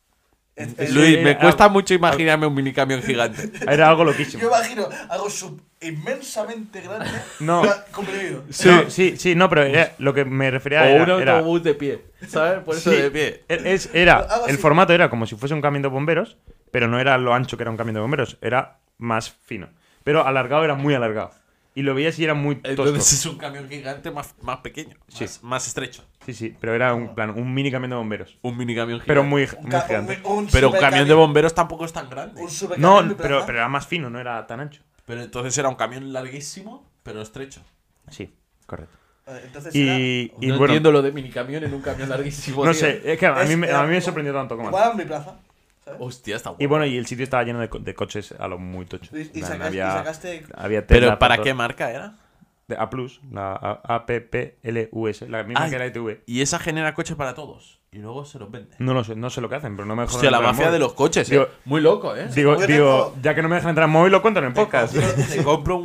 Luis, me Eh, cuesta mucho imaginarme un minicamión gigante. Era algo loquísimo. Yo imagino algo inmensamente grande. No. Comprimido. Sí, no, pero lo que me refería O un era autobús de pie. ¿Sabes? Por eso Sí, de pie. Algo así. el formato era como si fuese un camión de bomberos, pero no era lo ancho que era un camión de bomberos, era más fino. Pero alargado era muy alargado. Y lo veías y era muy tosco. Entonces es un camión gigante más pequeño, Sí. más estrecho. Sí, pero era un mini camión de bomberos. Un mini camión gigante. Pero muy ca- gigante. Pero un camión de bomberos tampoco es tan grande. Un supercamión No, en mi pero plaza. era más fino, no era tan ancho. Pero entonces era un camión larguísimo, pero estrecho. Sí, correcto. Entonces Y No bueno, entiendo lo de minicamión en un camión larguísimo. no tío. sé, es que a mí era me sorprendió tanto como igual en mi plaza. ¿Sabes? Hostia, está guapo. Y bueno, y el sitio estaba lleno de coches a lo muy tocho. Y En plan, sacaste. había ¿Pero Tesla para por qué todo- marca era? de A+, la APPLUS, la misma Ah, que la ITV. Y esa genera coches para todos. Y luego se los vende. No sé lo que hacen, pero no me dejan Hostia, la entrar en mafia de móvil. los coches, Digo- Muy loco, ¿eh? Digo, Yo tengo- ya que no me dejan entrar en móvil, lo cuentan en podcast. Te compro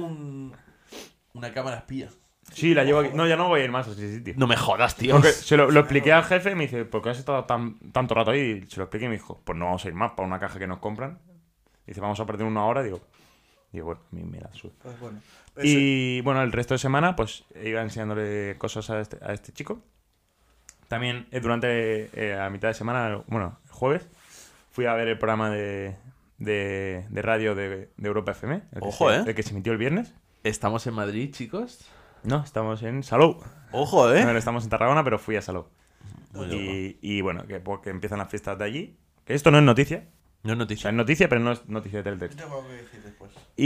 una cámara espía. Sí, la llevo aquí. No, ya no voy a ir más a ese sitio. No me jodas, tío. Porque se lo expliqué al jefe y me dice, ¿por qué has estado tanto rato ahí? Y se lo expliqué y me dijo, pues no vamos a ir más para una caja que nos compran. Dice, vamos a perder una hora. Digo, bueno, a mí me la suda. Pues bueno. Y bueno, el resto de semana, pues iba enseñándole cosas a este chico. También durante a mitad de semana, bueno, el jueves, fui a ver el programa de radio de Europa FM. Ojo, el que se emitió el viernes. Estamos en Madrid, chicos. No, estamos en Salou. Ojo, No, estamos en Tarragona, pero fui a Salou. Muy loco. Y bueno, porque empiezan las fiestas de allí. Que esto no es noticia. No es O noticia. sea, es noticia, pero no es noticia de Teletext. Tengo algo que decir después.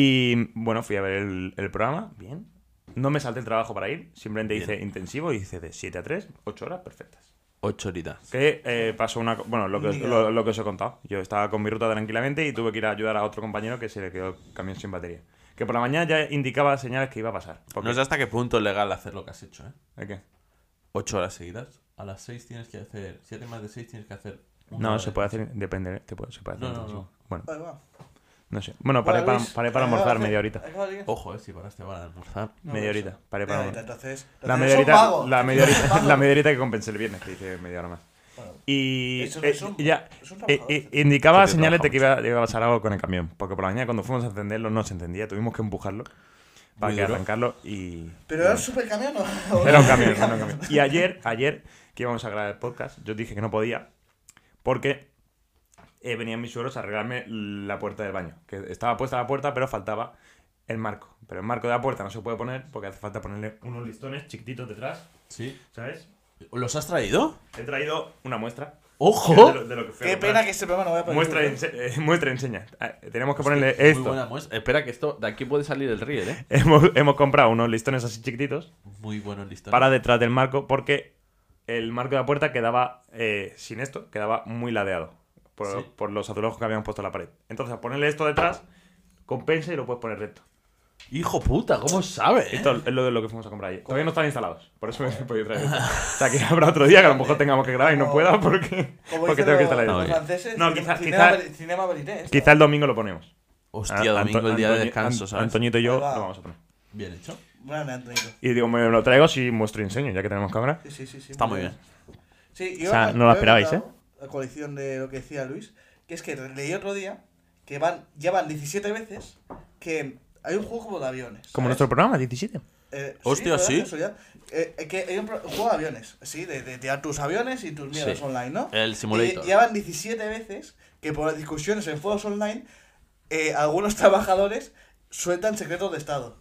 Y bueno, fui a ver el programa, bien. No me salté el trabajo para ir, simplemente Bien. hice intensivo y hice de 7 a 3, 8 horas perfectas. 8 horitas. Que pasó bueno, lo que os he contado. Yo estaba con mi ruta tranquilamente y tuve que ir a ayudar a otro compañero que se le quedó el camión sin batería. Que por la mañana ya indicaba señales que iba a pasar. Porque, No sé hasta qué punto es legal hacer lo que has hecho, ¿eh? ¿De qué? 8 horas seguidas. A las 6 tienes que hacer. 7 más de 6 tienes que hacer. una No, hora se de puede descanso. hacer, depende, se puede hacer No, no, intensivo. no. Bueno, Vale, va. no sé. Bueno, paré Bueno, Luis, para almorzar acaba de media hacer- horita. acaba de- Ojo, si paraste para almorzar. No, Media eso. horita, paré para almorzar. Entonces, La entonces media es un horita, vago. la media Es un horita, vago. la media horita que compensé el viernes, que hice media hora más. Bueno, Y Es un- ya es un trabajador, sí. indicaba Sí, señales de trabaja que iba a pasar algo con el camión. Porque por la mañana cuando fuimos a encenderlo no se encendía, tuvimos que empujarlo para Muy que duro. arrancarlo y... ¿Pero era un supercamión o...? Era un camión, era un camión. Y ayer que íbamos a grabar el podcast, yo dije que no podía porque venían mis suegros a arreglarme la puerta del baño. Que estaba puesta la puerta, pero faltaba el marco. Pero el marco de la puerta no se puede poner porque hace falta ponerle unos listones chiquititos detrás, Sí. ¿sabes? ¿Los has traído? He traído una muestra ¡Ojo! de lo que fue a Qué comprar. pena que este programa no vaya a poder. Muestra y enseña. Tenemos que ponerle Muy esto. buena muestra. Espera, que esto. De aquí puede salir el reel, ¿eh? Hemos comprado unos listones así chiquititos Muy bueno el listón. para detrás del marco porque el marco de la puerta quedaba, sin esto, quedaba muy ladeado Sí. por los azulejos que habíamos puesto en la pared. Entonces, al ponerle esto detrás, compensa y lo puedes poner recto. Hijo puta, ¿cómo sabe? Esto es lo que fuimos a comprar ayer. Todavía no están instalados, por eso me he podido traer esto. O sea, que habrá otro día que a lo mejor tengamos que grabar y no pueda porque Como tengo dicen que instalar los esto. franceses, No, cinema verité. esto. Quizá el domingo lo ponemos. Hostia, domingo, el día de descanso, ¿sabes? Antoñito y yo Ahí va. lo vamos a poner. Bien hecho. Bueno, Antonito. Y digo, me lo traigo si muestro y enseño, ya que tenemos cámara. Sí. Está muy bien. Sí, O sea, no lo esperabais, La colección de lo que decía Luis, que es que leí otro día que ya van 17 veces que hay un juego como de aviones. Como ¿sabes? nuestro programa, 17. Hostia, ¿verdad? sí. Eso ya. Que hay un juego de aviones, sí, de tirar tus aviones y tus mierdas Sí. online, ¿no? El simulator. Y ya van 17 veces que por las discusiones en juegos online, algunos trabajadores sueltan secretos de Estado.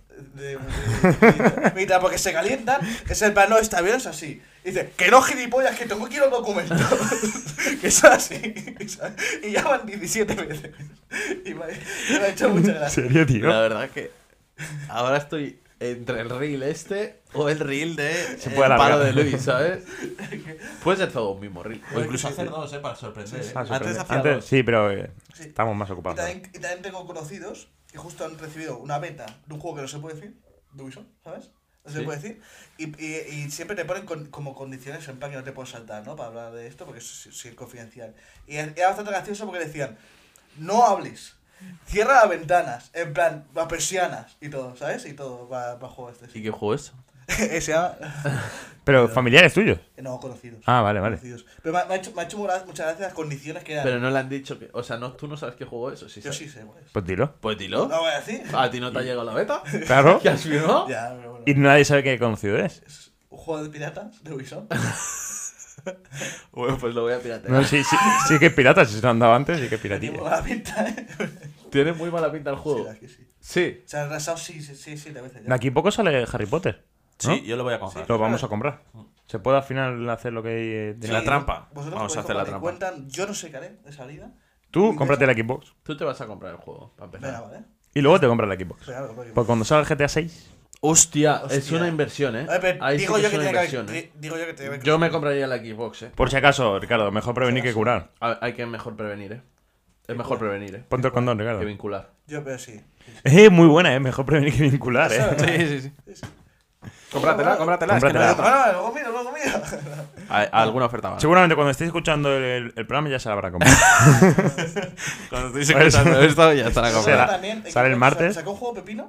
Mira, porque se calientan, es el plan, no, este avión es así. Y dice, que no gilipollas, que tengo que ir a un documento. Que es así. Y ya van 17 veces. Y me ha hecho mucha ¿En gracia. serio, tío? La verdad que ahora estoy entre el reel este o el reel de Se el puede alargar. palo de Luis, ¿sabes? Puede ser todo un mismo reel. O incluso Sí, hacer sí. dos, para sorprender. Sí, sí. ¿eh? Ah, Antes sorprende. hacía Antes- dos. sí, pero Sí. estamos más Y ocupados. también tengo conocidos que justo han recibido una beta de un juego que no se puede decir, de Ubisoft, ¿sabes? No se Sí. puede decir. Y siempre te ponen como condiciones en plan que no te puedes saltar, ¿no? Para hablar de esto, porque es confidencial. Y era bastante gracioso porque decían, no hables, cierra las ventanas, en plan, las persianas y todo, ¿sabes? Y todo para el juego este. ¿Y Sí. qué juego es? Se llama... Pero familiares tuyos. No, conocidos. Ah, vale. Conocidos. Pero me ha hecho muchas gracias las condiciones que eran. Pero no le han dicho que. O sea, no, tú no sabes qué juego es. ¿O sí Yo sabes? sí sé, pues. Pues dilo. Pues dilo. No voy a decir. ¿A ti no te ha llegado la beta? Claro. ¿Qué has firmado? Ya, pero bueno. Y nadie sabe qué conocido es. Es un juego de piratas de Ubisoft. Bueno, pues lo voy a piratear. No, sí que es pirata, si se lo han dado antes, sí que es Tiene piratilla. mala pinta, ¿eh? Tiene muy mala pinta el Sí, juego. la verdad es que sí. Sí. Se ha retrasado 7 veces De ya. aquí poco sale Harry Potter. ¿no? Sí, yo lo voy a comprar. Lo vamos a comprar. ¿Se puede al final hacer lo que Sí, tenía? la trampa. Vosotros Vamos a podéis hacer la comprar y trampa. cuentan, yo no sé qué haré de salida. Tú Y cómprate de la Xbox. Tú te vas a comprar el juego, para Venga, empezar. vale. Y luego te compras la Xbox. Venga, vale, Pues cuando salga el GTA 6. Hostia, es Hostia. una inversión, ¿eh? A ver, Ahí sí digo que yo es que una tiene inversión, que ¿eh? digo yo que tiene que Yo me compraría la Xbox, ¿eh? Por si acaso, Ricardo, mejor prevenir que curar. Hay que mejor prevenir, ¿eh? Es mejor prevenir, ¿eh? Ponte el condón, Ricardo. Que vincular. Yo, pero sí. Muy buena, mejor prevenir que vincular, Sí, sí, sí. Cómpratela, cómpratela. Es que no Cómpratela. hay otra. Bueno, luego miro. Hay alguna oferta más. Seguramente cuando estéis escuchando el programa ya se la habrá comprado. Cuando estéis escuchando esto, ya estará Será. comprada. También, sale el martes. Sacó un juego Pepino.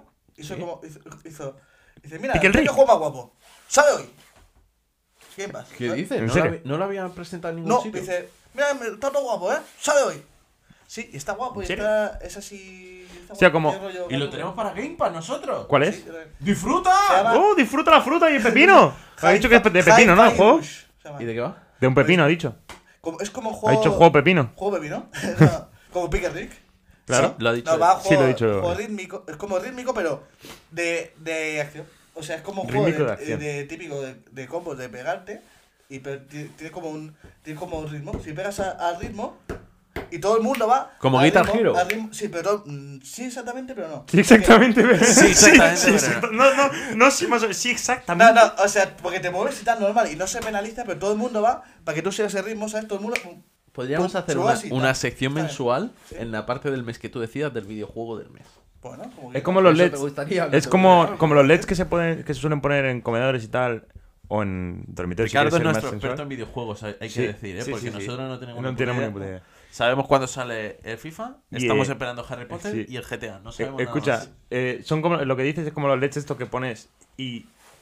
Dice, mira, Pique el ¿qué Rick. juego más guapo? ¿Sabe hoy? ¿Qué pasa? ¿Qué dices? ¿En ¿No, serio? no lo habían presentado en ningún No, sitio? dice, mira, está todo guapo, ¿eh? ¿Sabe hoy? Sí, y está guapo y ¿En serio? está, es así... está O sea, guapo, como- tiene rollo Y lo gato. tenemos para Game Pass nosotros. ¿Cuál Sí, es? ¡Disfruta! Se llama ¡Oh, disfruta la fruta y el pepino! Ha dicho que es de Hi-Fi pepino, ¿no? El juego. Rush, se llama. ¿Y de qué va? De un pepino, ha dicho. Es como un Ha juego... dicho juego pepino. ¿Juego Pepino? No, como Pick and Rick. Claro. Sí, lo ha dicho. No, va Sí, lo he dicho. juego rítmico, es como rítmico, pero de acción. O sea, es como un juego Rítmico de de, acción. típico de combos, de pegarte, y pero tiene como un ritmo. Si pegas al ritmo, y todo el mundo va... Como al Guitar ritmo, Hero. al ritmo, sí, pero sí exactamente, pero no. Sí, exactamente. pero- Sí, exactamente, Sí, pero exacto. No, sí, más o menos. Sí, exactamente. No, o sea, porque te mueves y tal normal, y no se penaliza, pero todo el mundo va, para que tú sigas ese ritmo, ¿sabes? Todo el mundo... Podríamos Pum, hacer se una, va así, una tal. sección ¿Sabes? mensual Sí. en la parte del mes que tú decidas del videojuego del mes. Bueno, como Es como los ¿Eso te LEDs. gustaría? Es como los LEDs que se suelen poner en comedores y tal. O en dormitorios. si Ricardo es quieres ser nuestro más experto sensual. en videojuegos, hay Sí, que decir, ¿eh? sí, Porque sí, sí. nosotros no tenemos No ni tenemos puta ni puta idea. idea. Sabemos cuándo sale el FIFA, Y, estamos esperando Harry Potter sí. y el GTA. No sabemos nada Escucha, más. son como lo que dices es como los LEDs estos que pones y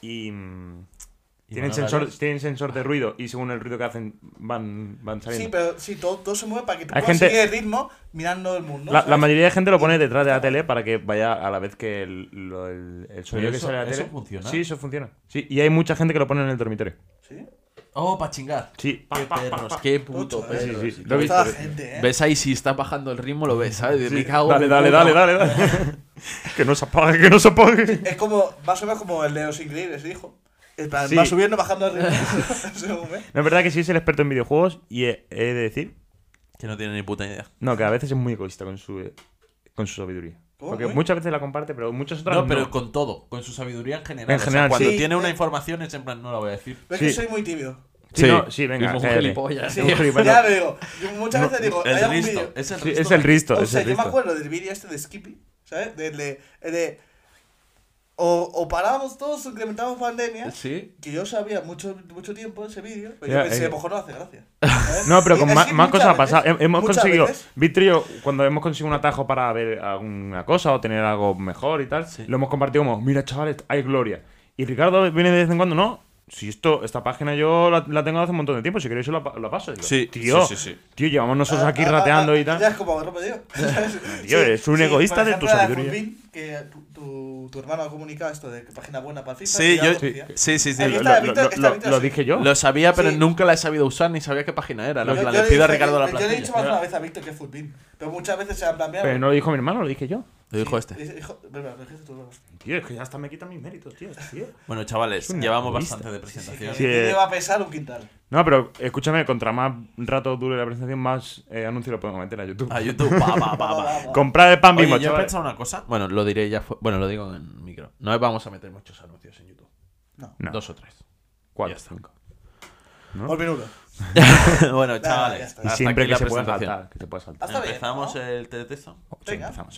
tienen sensor de ruido y según el ruido que hacen van saliendo. Sí, pero sí, todo se mueve para que tú Hay puedas gente- seguir el ritmo mirando el mundo. La ¿sabes? mayoría de gente lo pone detrás de la tele para que vaya a la vez que el sonido que eso- sale de la ¿eso tele. funciona? Sí, eso funciona. Sí, y hay mucha gente que lo pone en el dormitorio. ¿Sí? Oh, para chingar. Sí. Qué perros, qué puto Tocho, perros. sí, sí. y Lo he todo. visto. Toda la gente, ¿eh? Ves ahí si estás bajando el ritmo, lo ves, ¿sabes? Me cago Dale, en dale, puta. dale. Que no se apague, que no se apague. Es como, más o menos como el de los increíbles, dijo. En plan, Sí. va subiendo, bajando el ritmo. Según ve. No, es verdad que sí es el experto en videojuegos y he de decir, Que no tiene ni puta idea. no, que a veces es muy egoísta con su sabiduría. ¿Cómo? Porque ¿Muy? muchas veces la comparte, pero muchas otras No, pero con todo, con su sabiduría en general. En O sea, general, cuando sí. tiene una información es en plan, no la voy a decir. Pero es Sí. que soy muy tibio. Sí, no, sí, venga, Es un cállate. gilipollas. Sí, un gilipollas. ya lo digo. Yo muchas veces digo, hay El algún risto. vídeo. Es el Sí, risto. es el risto, O es sea, el yo me risto. acuerdo del vídeo este de Skippy, ¿sabes? O parábamos todos o incrementábamos pandemia. Sí. Que yo sabía mucho tiempo ese vídeo, pero Ya, yo pensé, a lo mejor no hace gracia. ¿sabes? No, pero Y con es más, que más muchas cosas ha veces- pasado. Hemos muchas conseguido, veces- Víctor y yo, cuando hemos conseguido un atajo para ver alguna cosa o tener algo mejor y tal, Sí. lo hemos compartido como, mira chavales, hay gloria. Y Ricardo viene de vez en cuando, no, si esta página yo la tengo hace un montón de tiempo, si queréis yo la paso. Digo, Sí, tío, sí, sí, sí. tío, llevamos nosotros aquí rateando y Ya tal. es como ropa, tío. Tío, eres un egoísta por de tu ejemplo, la sabiduría. Fulvin, que tu hermano ha comunicado esto de que página buena para FIFA. Sí, y yo. algo decía. Sí, sí, sí. Aquí Lo, está, lo- Víctor, lo- está lo- Víctor, lo sí. dije yo. Lo sabía, pero Sí. nunca la he sabido usar ni sabía qué página era. ¿no? En Yo- plan, yo le pido a dije- Ricardo la Yo le he dicho plantilla. más de una vez a Víctor que es Fulvin. Pero muchas veces se han cambiado. Pero no lo dijo mi hermano, lo dije yo. Lo dijo este. Lo dijiste tú, ¿no? Tío, es que ya hasta me quitan mis méritos, tío. Bueno, chavales, un llevamos egoísta. bastante de Sí, sí, presentación. que Sí, el vídeo va a pesar un quintal. No, pero escúchame, contra más rato dure la presentación, más anuncios lo podemos meter a YouTube. A YouTube, va. Comprar el pan Oye, Bimbo, yo he chavales. pensado una cosa. Bueno, lo diré ya. Bueno, lo digo en micro. No vamos a meter muchos anuncios en YouTube. No. No. 2 o 3. 4, Ya está. 5. ¿No? Por minuto. Bueno, ya chavales. está. Y hasta siempre aquí que la se pueda presentación. saltar. Que se pueda saltar. Hasta bien, Empezamos ¿no? el teletexto. Sí, Venga. empezamos.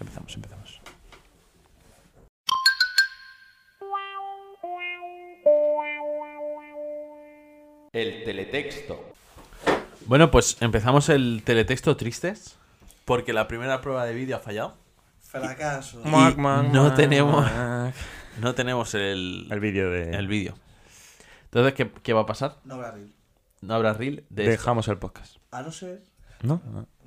El teletexto. Bueno, pues empezamos el teletexto tristes. Porque la primera prueba de vídeo ha fallado. Fracaso. Y no tenemos- No tenemos el vídeo de... el vídeo. Entonces, ¿qué va a pasar? No habrá reel. No habrá reel de esto. Dejamos el podcast. A no ser. ¿No?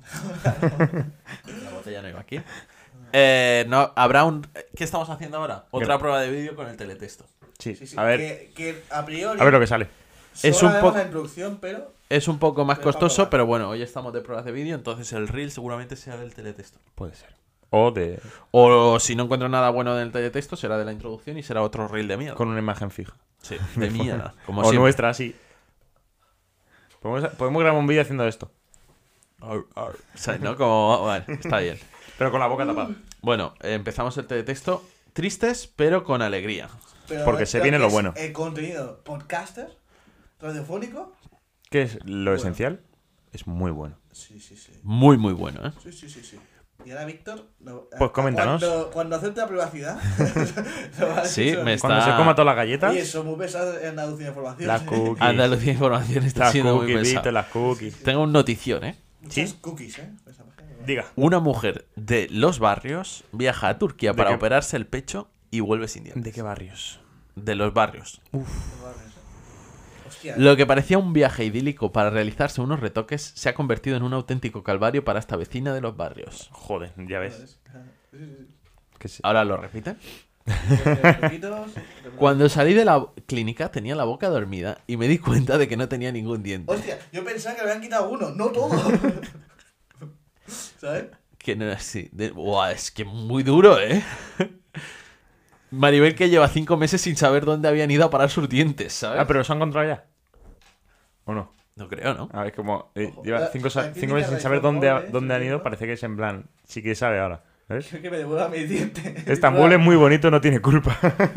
La botella no iba aquí. No, habrá un... ¿Qué estamos haciendo ahora? Otra prueba de vídeo con el teletexto. Sí. Sí, sí. A ver, Que a priori. a ver lo que sale. Es solo un haremos poco- la introducción, pero. Es un poco más Pero para costoso, probar. pero bueno, hoy estamos de pruebas de vídeo, entonces el reel seguramente sea del teletexto. Puede ser. O de O si no encuentro nada bueno del teletexto, será de la introducción y será otro reel de mierda. con una imagen fija. Sí, de mierda. Como O siempre. nuestra, sí. Podemos grabar un vídeo haciendo esto. O sea, ¿no? Como... Vale, está bien. Pero con la boca tapada. Bueno, empezamos el teletexto. Tristes, pero con alegría. Pero, Porque se pero viene ¿qué lo es bueno. El contenido podcaster, radiofónico. ¿Qué es lo esencial? Es muy bueno. Sí, sí, sí. Muy, muy bueno, ¿eh? Sí, sí, sí, sí. Y ahora, Víctor, Pues coméntanos. Cuando acepte la privacidad. lo va a Sí, decir me sobre- Cuando está- se coma todas las galletas, Oye, son muy pesados en Andalucía Información. las cookies. Andalucía Información está Las siendo muy cookies, pesado. viste, las cookies. Tengo un notición, ¿eh? Muchas ¿Sí? cookies, ¿eh? Esa página. Diga. Una mujer de Los Barrios viaja a Turquía ¿De para qué? operarse el pecho y vuelve sin dientes. ¿De qué barrios? De Los Barrios. Los barrios, ¿eh? Hostia. Lo que parecía un viaje idílico para realizarse unos retoques se ha convertido en un auténtico calvario para esta vecina de Los Barrios. Joder, ya ves. Sí, sí, Que se- Ahora lo repite. sí. Repitos. Cuando salí de la clínica tenía la boca dormida y me di cuenta de que no tenía ningún diente. Hostia, yo pensaba que le habían quitado uno, no todo. ¿Sabes? Que no era así. Buah, es que muy duro, ¿eh? Maribel que lleva 5 meses sin saber dónde habían ido a parar sus dientes, ¿sabes? Ah, pero ¿los han encontrado ya? ¿O no? No creo, ¿no? A ver, como Ojo, lleva la 5 clínica meses sin de saber Estambul, dónde han sí, ido, sí. parece que es en plan, sí que sabe ahora. ¿Ves? Quiero que me devuelva mi diente. Estambul es muy bonito, no tiene culpa.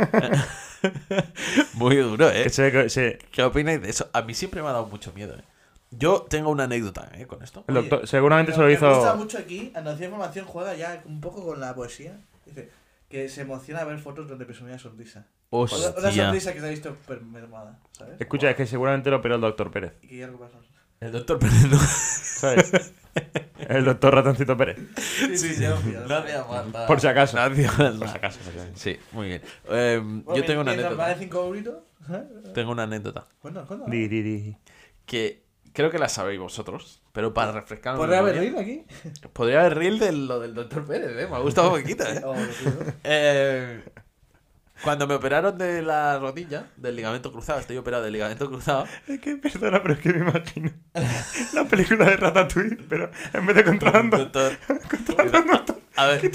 Muy duro, ¿eh? Que se ve que ¿Qué opináis de eso? A mí siempre me ha dado mucho miedo, ¿eh? Yo tengo una anécdota, ¿eh? Con esto. el Oye, doctor, seguramente se lo Me gusta hizo. mucho aquí, Andalucía Información juega ya un poco con la poesía. Dice que se emociona ver fotos donde presumía sonrisa. Una Hostia. sonrisa que se ha visto mermada, ¿sabes? Escucha, es que seguramente lo operó el doctor Pérez. Y que ya lo pasó. El doctor Pérez no. ¿Sabes? El doctor Ratoncito Pérez. Sí, ya lo pillo. Nadie aguanta. Por si acaso. Nadie aguanta. Por si acaso. por si acaso. Sí, muy bien. Bueno, Yo tengo una mientras anécdota. vale 5 euritos. Tengo una anécdota. Cuéntanos, cuéntanos. Di, di, di. Que creo que la sabéis vosotros. Pero para refrescar. ¿Podría haber reel aquí? Podría haber reel de lo del doctor Pérez, ¿eh? Me ha gustado un poquito, ¿eh? Oh, lo pido. Cuando me operaron de la rodilla, del ligamento cruzado, estoy operado del ligamento cruzado. Es que, perdona, pero es que me imagino la película de Ratatouille, pero en vez de controlando, Doctor. A ver,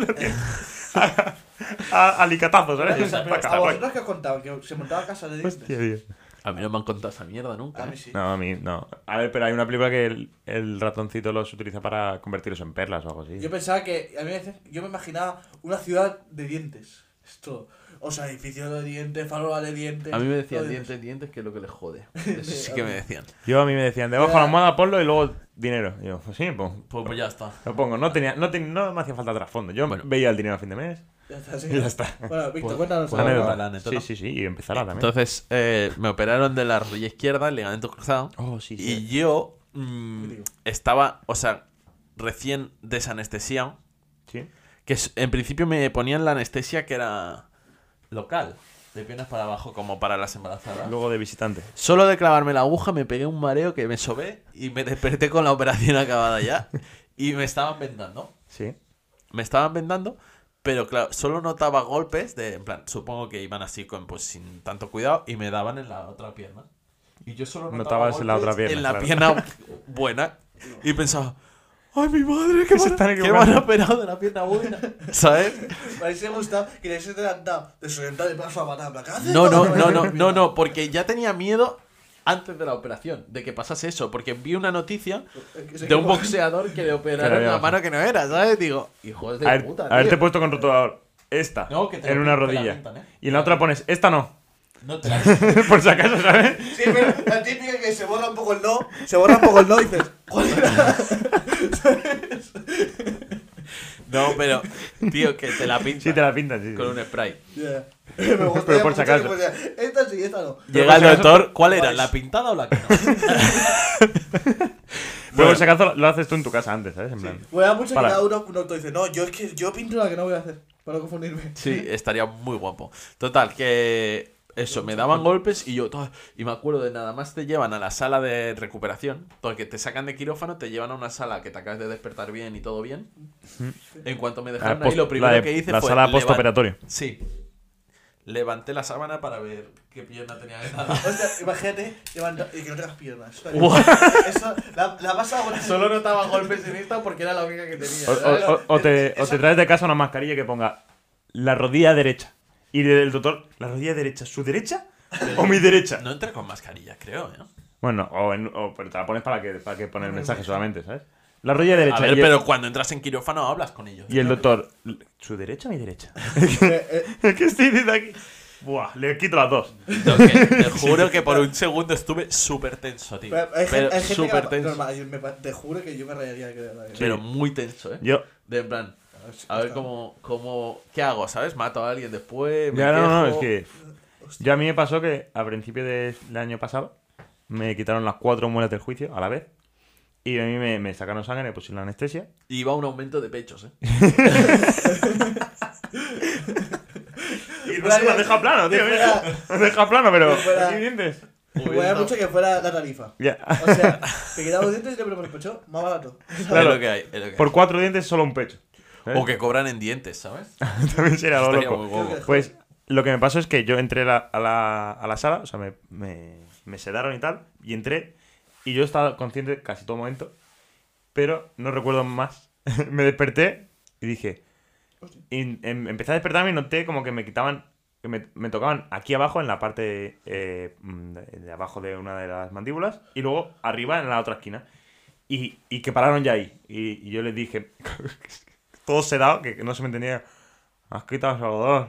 a alicatazos, Pero, ¿sabes? pero, Paca, ¿a paca. vosotros qué os contado? Que se montaba casa de dientes. Hostia, tío. a mí no me han contado esa mierda A nunca. mí ¿eh? sí. No, a mí no. A ver, pero hay una película que el ratoncito los utiliza para convertirlos en perlas o algo así. Yo pensaba que. A mí me decían- yo me imaginaba una ciudad de dientes. Esto. O sea, edificios de dientes, farolas de dientes. A mí me decían todo de dientes, que es lo que les jode. Eso sí que me decían. Yo a mí me decían, debajo de la almohada ponlo y luego dinero. Y yo, pues sí, Pues ya está. lo pongo. No me hacía falta trasfondo. Yo Bueno. veía el dinero a fin de mes Ya está, sí. y ya está. Bueno, Víctor, Pues- cuéntanos. pues algo. anécdota. la anécdota. Sí, sí, sí, y empezará también. Entonces, me operaron de la rodilla izquierda, el ligamento cruzado. Oh, sí, Y yo ¿Qué digo? estaba, o sea, recién desanestesiado. Sí. Que en principio me ponían la anestesia que era local, de piernas para abajo, como para las embarazadas. Luego de visitante. Solo de clavarme la aguja me pegué un mareo que me sobé y me desperté con la operación acabada ya. Y me estaban vendando. Sí. Me estaban vendando, pero claro, solo notaba golpes de, en plan, supongo que iban así con, pues sin tanto cuidado y me daban en la otra pierna. Y yo solo notaba Notabas en la otra pierna, en la claro. pierna buena y pensaba, ¡ay, mi madre! ¡Que Se me están han equivocando. operado de la pierna buena! ¿Sabes? Me hubiese gustado que le hubiese dado desorientado y paso a matar. ¿Qué haces? No, porque ya tenía miedo antes de la operación, de que pasase eso, porque vi una noticia de un boxeador que le operaron había la bajado. mano que no era, ¿sabes? Digo, hijos de puta, Haberte tío. puesto con rotulador. Esta. No, que te en lo- una te la rodilla. pintan, ¿eh? Y en la otra pones, esta no. No te la... Por si acaso, ¿sabes? Sí, pero la típica que se borra un poco el no, se borra un poco el no y dices, ¿cuál era? No, pero, tío, que te la pintan Sí, te la pintan, sí. con un spray. Ya. Me gustaría Pero por si mucho acaso. que fuera, esta sí, esta no. Llega el por si acaso- doctor, ¿cuál era? Vais. ¿La pintada o la que no? Pero por si acaso lo haces tú en tu casa antes, ¿sabes? En plan. Me da mucho que Para. cada uno un doctor dice, no, yo es que yo pinto la que no voy a hacer, para no confundirme. Sí, estaría muy guapo. Total, que eso, me daban golpes y yo, y me acuerdo de nada más te llevan a la sala de recuperación, porque te sacan de quirófano, te llevan a una sala que te acabas de despertar bien y todo bien. En cuanto me dejaron ahí, lo primero que hice la fue sala postoperatorio. Sí. levanté la sábana para ver qué pierna tenía de nada. Hostia, imagínate y que no tengas piernas. Eso la vas a Solo notaba golpes en esta porque era la única que tenía. O te traes de casa una mascarilla que ponga la rodilla derecha. Y el doctor, ¿la rodilla derecha? ¿Su derecha? ¿O mi derecha? No entré con mascarilla, creo, ¿eh? Bueno, pero te la pones para que poner el mensaje solamente, ¿sabes? La rodilla derecha. A ver, y el- pero cuando entras en quirófano hablas con ellos. Y el doctor, ¿su derecha o mi derecha? ¿Qué estoy diciendo aquí? Buah, le quito las dos. Te juro que por un segundo estuve súper tenso, tío. Hay gente súper que tenso. normal, te juro que yo me rayaría de que Pero muy tenso, ¿eh? Yo, De en plan, a ver ¿qué hago? ¿Sabes? ¿Mato a alguien después? ¿Me ya no, quejo? es que yo a mí me pasó que a principio del año pasado me quitaron las 4 muelas del juicio a la vez. Y a mí me sacaron sangre, me pusieron la anestesia. Y iba un aumento de pechos, ¿eh? Y no se me ha dejado plano, tío. Mira. Me ha dejado plano, pero. ¿Qué dientes? Me voy mucho que fuera la tarifa. Ya. O sea, te quitamos dientes y te ponemos el pecho más barato. Claro. Es lo que hay. Es lo que hay. Por 4 dientes, solo un pecho. ¿Eh? O que cobran en dientes, ¿sabes? También sería lo Estaría loco. muy guapo. Pues lo que me pasó es que yo entré a la sala, o sea, me sedaron y tal, y entré, y yo estaba consciente casi todo momento, pero no recuerdo más. Me desperté y dije, empecé a despertarme y noté como que me quitaban, que me tocaban aquí abajo en la parte de abajo de una de las mandíbulas, y luego arriba en la otra esquina, y que pararon ya ahí, y yo les dije, todo sedado, que no se me entendía, has quitado el algodón.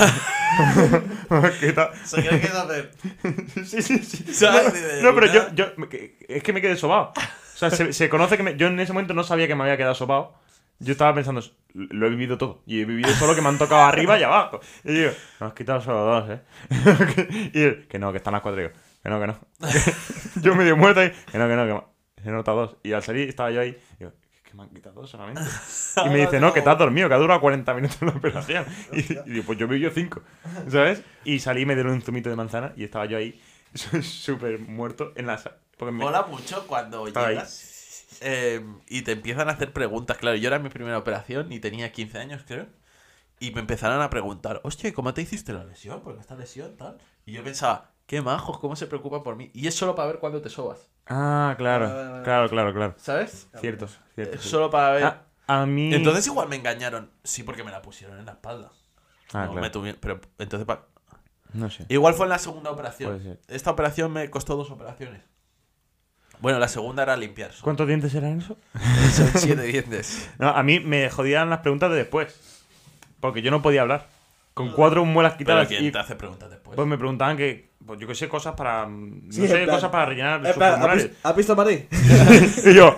¿Qué tal? ¿Se cree que es hacer? Sí. ¿Sabes? No, pero es que me quedé sobado. O sea, se conoce que yo en ese momento no sabía que me había quedado sobado. Yo estaba pensando, lo he vivido todo. Y he vivido solo que me han tocado arriba y abajo. Y digo, no has quitado solo 2, ¿eh? Y él, que no, que están las 4. Digo, que no. Yo medio muerto ahí, que no, que se nota 2. Y al salir estaba yo ahí, digo, que me han quitado 2 solamente. Y me dice, no, que te has dormido, que ha durado 40 minutos la operación. Y digo, pues yo viví 5, ¿sabes? Y salí y me dieron un zumito de manzana y estaba yo ahí, súper muerto en la sala. Mola mucho cuando Estaba ahí. llegas y te empiezan a hacer preguntas. Claro, yo era mi primera operación y tenía 15 años, creo. Y me empezaron a preguntar, hostia, ¿cómo te hiciste la lesión? ¿Por qué esta lesión, tal? Y yo pensaba, qué majos, cómo se preocupan por mí. Y es solo para ver cuándo te sobas. Ah, claro. ¿Sabes? Cierto. Es solo para ver. A mí... Entonces igual me engañaron. Sí, porque me la pusieron en la espalda. Ah, No, claro. me tuvieron, pero entonces... No sé. Igual fue en la segunda operación. Puede ser. Esta operación me costó 2 operaciones. Bueno, la segunda era limpiar. ¿Cuántos dientes eran eso? Son 7 dientes. No, a mí me jodían las preguntas de después. Porque yo no podía hablar. Con 4 muelas Pero quitadas. ¿quién Y te hace preguntas después? pues me preguntaban que... Pues yo qué sé, cosas para... No Sí, sé, en plan- cosas para rellenar En sus plan, formularios. ¿has visto a Madrid? Y yo...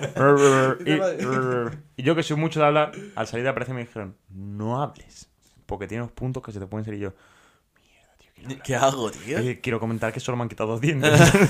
Y y yo que soy mucho de hablar, al salir de la operación me dijeron, no hables. Porque tienes puntos que se te pueden salir. Y yo... ¿Qué hago, tío? Quiero comentar que solo me han quitado 2 dientes.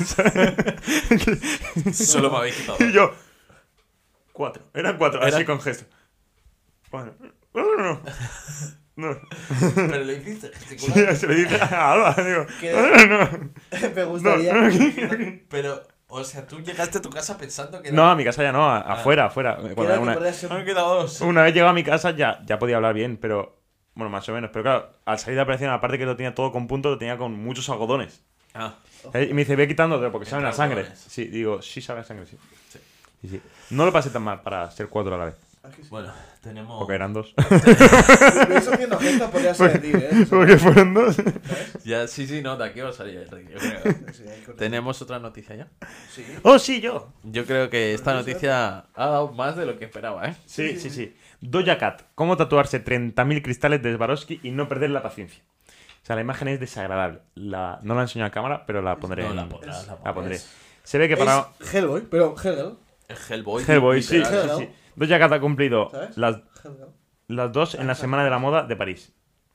Solo me habéis quitado. Y yo... 4. Eran 4. Era- Así con gesto. Bueno. No. Pero lo hiciste Sí, gesticular. se le dice a Alba, digo. Que me gustaría. Pero, o sea, tú llegaste a tu casa pensando que... No, a mi casa ya no, afuera. que Bueno, era que podría ser- Me han quedado 2. una vez llegado a mi casa ya podía hablar bien, pero... Bueno, más o menos. Pero claro, al salir de la operación, aparte que lo tenía todo con puntos, lo tenía con muchos algodones. Ah, Y me dice, ve quitándote porque sabe Entre la sangre. algodones. Sí, digo, sí sabe la sangre, sí. Sí. Sí. No lo pasé tan mal para ser 4 a la vez. Aquí sí. bueno, tenemos... Porque eran 2. Me hizo haciendo gestos, podría ser decir, ¿eh? Porque fueron 2. Ya, sí, no, de aquí va a salir el rey, yo creo. Sí, ahí corta. ¿Tenemos otra noticia ya? Sí. ¡Oh, sí, yo! Yo creo que esta noticia ha dado más de lo que esperaba, ¿eh? Sí. Doja Cat. ¿Cómo tatuarse 30.000 cristales de Swarovski y no perder la paciencia? O sea, la imagen es desagradable. No la enseño a cámara, pero la pondré. No, la pondrás, la La pondré. pondrás. Se ve que para... Es Hellboy, pero Hellgirl, El Hellboy. Hellboy, sí, literal. sí. Doja Cat ha cumplido ¿sabes? las Hellgirl. 2 en la Semana de la Moda de París.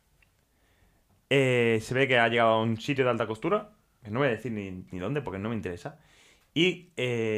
Se ve que ha llegado a un sitio de alta costura, que no voy a decir ni dónde porque no me interesa, y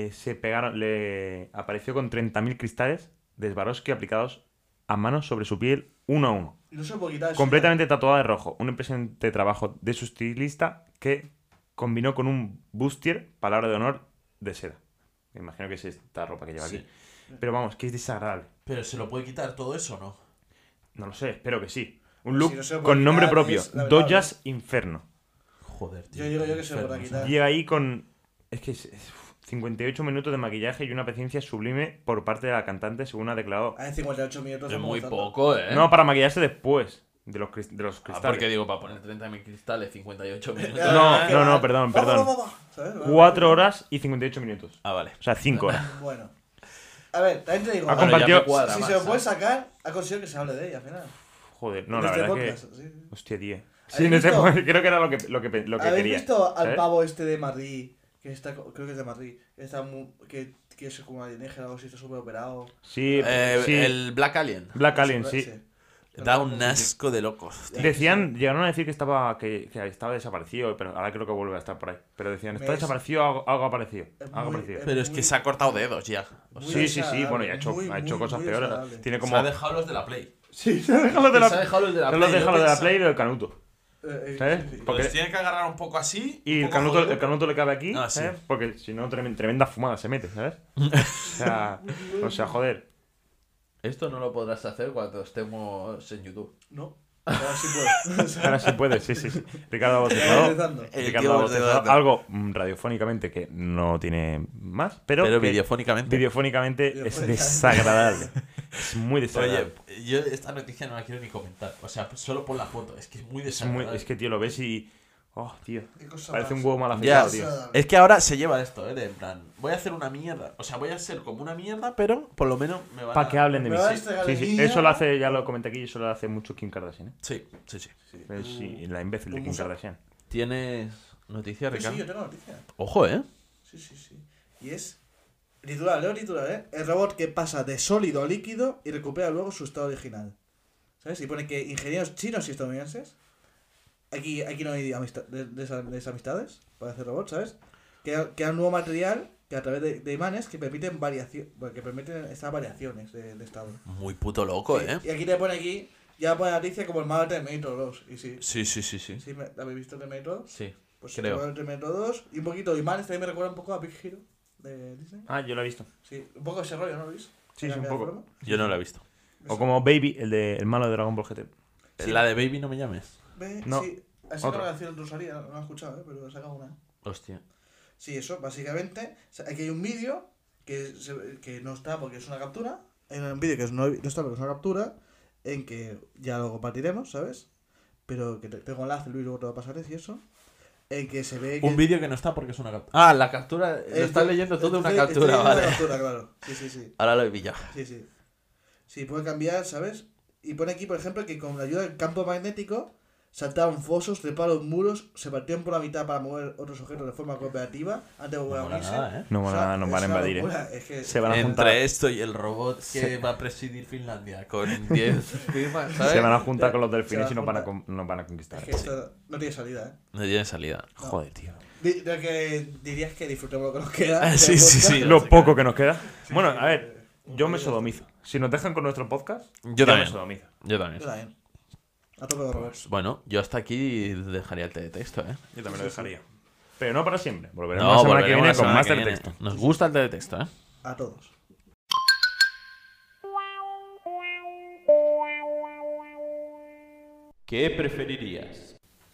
le apareció con 30.000 cristales de Swarovski aplicados a mano sobre su piel uno a uno. Y no se puede quitar eso. Completamente tatuada de rojo. Un impresionante trabajo de su estilista que combinó con un bustier, palabra de honor, de seda. Me imagino que es esta ropa que lleva Sí. aquí. Pero vamos, que es desagradable. Pero ¿se lo puede quitar todo eso o no? No lo sé, espero que sí. Un look Si no se lo puede con nombre quitar, propio. es lamentable. Dojas Inferno. Joder, tío. Yo digo yo que se lo podrá quitar. Llega ahí con... Es que 58 minutos de maquillaje y una paciencia sublime por parte de la cantante, según ha declarado. En 58 minutos. Es no muy tanto. poco, ¿eh? No, para maquillarse después de los cristales. porque digo, para poner 30.000 cristales, 58 minutos. No, perdón. ¿Sabes? 4 horas y 58 minutos. Ah, vale. O sea, 5 horas. Bueno. A ver, también te digo. Ha Bueno, ya compartido- me cuadra si más, se lo ¿sabes? puede sacar, ha conseguido que se hable de ella al final. Joder, no, En la este verdad es podcast, que... sí. Hostia, tío. ¿Habéis Sí, no sé, visto- creo que era lo que ¿Habéis quería. visto al ¿sabes? pavo este de Madrid? Que está, creo que es de Madrid. Que está que es como alienígena o algo así, está súper operado. Sí, sí. El Black Alien. Black Alien, sí. Da un asco de locos. tío. Decían, llegaron a decir que estaba desaparecido, pero ahora creo que vuelve a estar por ahí. Pero decían, está desaparecido, algo aparecido. Es Algo muy- aparecido. Pero es que se ha cortado dedos ya. O sea, Sí, bueno, y ha hecho cosas muy peores. desagradable. Tiene se como... ha dejado los de la Play. Sí, se ha dejado los de la... Se ha dejado los de la Se Play. los deja yo los de la pensaba- Play y del Canuto. Sí, ¿Sabes? sí. Porque- Los tiene que agarrar un poco así. Y un el poco canuto, jodido. el canuto le cabe aquí, Ah, sí. ¿sabes? Porque si no, tremenda fumada se mete, ¿sabes? O sea, joder. Esto no lo podrás hacer cuando estemos en YouTube. No. Ahora sí puedo. Ahora sí puede, sí. Ricardo Estoy Botezado. empezando. El Ricardo tío Botezado, bostezando. algo radiofónicamente que no tiene más, pero que videofónicamente. videofónicamente es desagradable. Es muy desagradable. Oye, yo esta noticia no la quiero ni comentar. O sea, solo por la foto. Es que es muy es, desagradable. es que, tío, lo ves y... Oh, tío. Qué cosa Parece más. un huevo mal Ya, afeitado, tío. es que ahora se lleva esto, ¿eh? De en plan, voy a hacer una mierda. O sea, voy a ser como una mierda, pero por lo menos me van Para que hablen de mí. Me va a Sí, estregar sí, de sí. guía. Eso lo hace, ya lo comenté aquí, eso lo hace mucho Kim Kardashian, ¿eh? Sí. Sí, la imbécil de ¿Tu Kim musa? Kardashian. ¿Tienes noticias, Pues sí, Ricardo? yo tengo noticia. Ojo, ¿eh? Sí. Y es. Titular, leo titular, ¿eh? El robot que pasa de sólido a líquido y recupera luego su estado original. ¿Sabes? Y pone que ingenieros chinos y estadounidenses. Aquí no hay desamistades para hacer robots, ¿sabes? Que un nuevo material que a través de imanes que permiten estas variaciones de estado. Muy puto loco, Sí, ¿eh? Y aquí te pone ya pone la noticia como el mapa de Terminator 2. Y sí. Sí. ¿Sí ¿la habéis visto Terminator 2? Sí. Pues creo. el mapa de Terminator 2 y un poquito de imanes también me recuerda un poco a Big Hero de Disney. Ah, yo lo he visto. Sí, un poco ese rollo, ¿no lo veis? Sí, sí, un poco. Yo no la he visto. O como Baby, el malo de Dragon Ball GT. Sí. La de Baby no me llames. No, Sí, ha sido otra. una canción de Rosalía, no la he escuchado, pero he sacado una. Hostia. Sí, eso, básicamente. O sea, aquí hay un vídeo que no está porque es una captura. Hay un vídeo que no está porque es una captura. En que ya lo compartiremos, ¿sabes? Pero que tengo enlace, Luis, luego te va a pasar y eso. En que se ve que. Un vídeo que no está porque es una captura. Ah, la captura. Lo estás leyendo tú de una captura, estoy leyendo vale. una captura, claro. Sí. Ahora lo he pillado. Sí. Sí, puede cambiar, ¿sabes? Y pone aquí, por ejemplo, que con la ayuda del campo magnético saltaron fosos, treparon muros, se partieron por la mitad para mover otros objetos de forma cooperativa antes de volver a No mola unirse. nada, ¿eh? No, O sea, nos es van a una invadir, locura, es que Se van a juntar. Entre esto y el robot que va a presidir Finlandia con 10 firmas, ¿sabes? Se van a juntar con los delfines Se y van a nos van a conquistar. es que esto no tiene salida, ¿eh? No tiene salida. Joder, tío. Lo que dirías que disfrutemos lo que nos queda. Sí, del sí, podcast. sí. Lo poco que nos queda. Bueno, a ver, yo me sodomizo. Si nos dejan con nuestro podcast, Yo me también. sodomizo. Yo también. Yo también. A tope de robots. Bueno, yo hasta aquí dejaría el teletexto, ¿eh? Yo también lo dejaría. Pero no para siempre. Volveremos la semana que volveremos viene la con semana más que viene. teletexto. Nos gusta el teletexto, ¿eh? A todos. ¿Qué preferirías?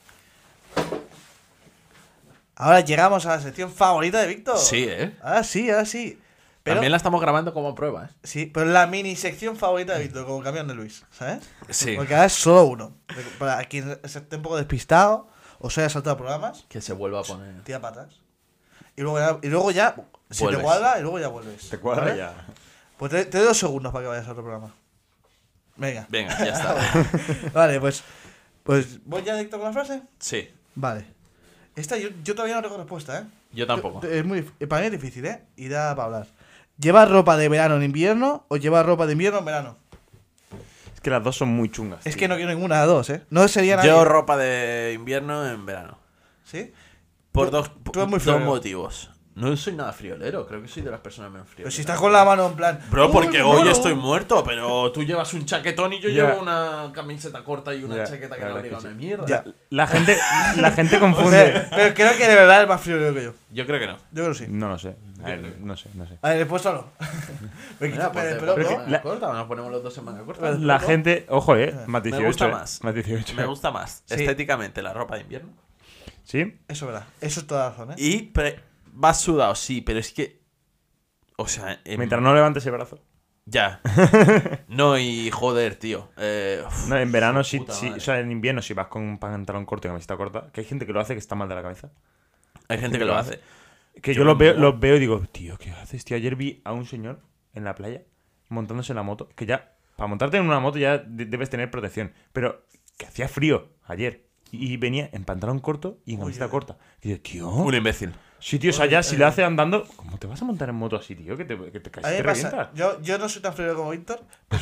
Ahora llegamos a la sección favorita de Víctor. Sí, ¿eh? Ahora sí. Pero, También la estamos grabando como prueba, ¿eh? sí, pero la mini sección favorita de Víctor, como camión de Luis, ¿sabes? Sí. Porque ahora es solo uno. Para quien esté un poco despistado o se haya saltado programas, Que se vuelva a poner. tira patas. Y luego ya si Vuelves. te cuadra, y luego ya vuelves. Te cuadra ¿vale? ya. Pues te doy 2 segundos para que vayas a otro programa. Venga. Venga, ya está. Vale, pues ¿voy ya directo con la frase? Sí, Vale. Esta yo todavía no tengo respuesta, ¿eh? yo tampoco. Para mí es difícil, ¿eh? Y da para hablar. ¿Llevar ropa de verano en invierno o llevar ropa de invierno en verano? Es que las dos son muy chungas. Es tío. que no quiero ninguna de las dos, ¿eh? No sería nadie. Yo ropa de invierno en verano. ¿Sí? Por Tú- dos tú eres muy dos florero. motivos. No soy nada friolero, creo que soy de las personas menos Pero frioleras. si estás con la mano en plan. Bro, porque "Uy, hoy bueno". estoy muerto, pero tú llevas un chaquetón y yo Ya. llevo una camiseta corta y una Ya, chaqueta que la no verdad diga que sí. una mierda. Ya. La gente confunde. Pero creo que de verdad es más friolero que yo. Yo creo que no. Yo creo que sí. No lo sé. A ver, no sé. A ver, después solo. Me Mira, quito ponte el pelo, pero ¿no? que- manga corta, nos ponemos los dos en manga corta. La gente, ojo, más 18. Me gusta más. Más 18. Me gusta más Sí. estéticamente la ropa de invierno. ¿Sí? Eso es verdad. Eso es toda la razón, ¿eh? Y vas sudado, sí, pero es que. O sea, Mientras no levantes el brazo. Ya. No, y joder, tío. No, en verano sí, puta sí, madre. o sea, en invierno si vas con un pantalón corto y camiseta corta, que hay gente que lo hace que está mal de la cabeza. Hay gente que lo hace. Que Yo yo los no. veo y digo, tío, ¿qué haces, tío? Ayer vi a un señor en la playa montándose en la moto, que ya, para montarte en una moto ya debes tener protección, pero que hacía frío ayer y venía en pantalón corto y en camiseta corta. Y yo, tío, Un imbécil. sí, tío, o sea, ya si lo hace andando, ¿cómo te vas a montar en moto así, tío? Que te caes A mí y me te pasa. revientas. Yo no soy tan friolero como Víctor.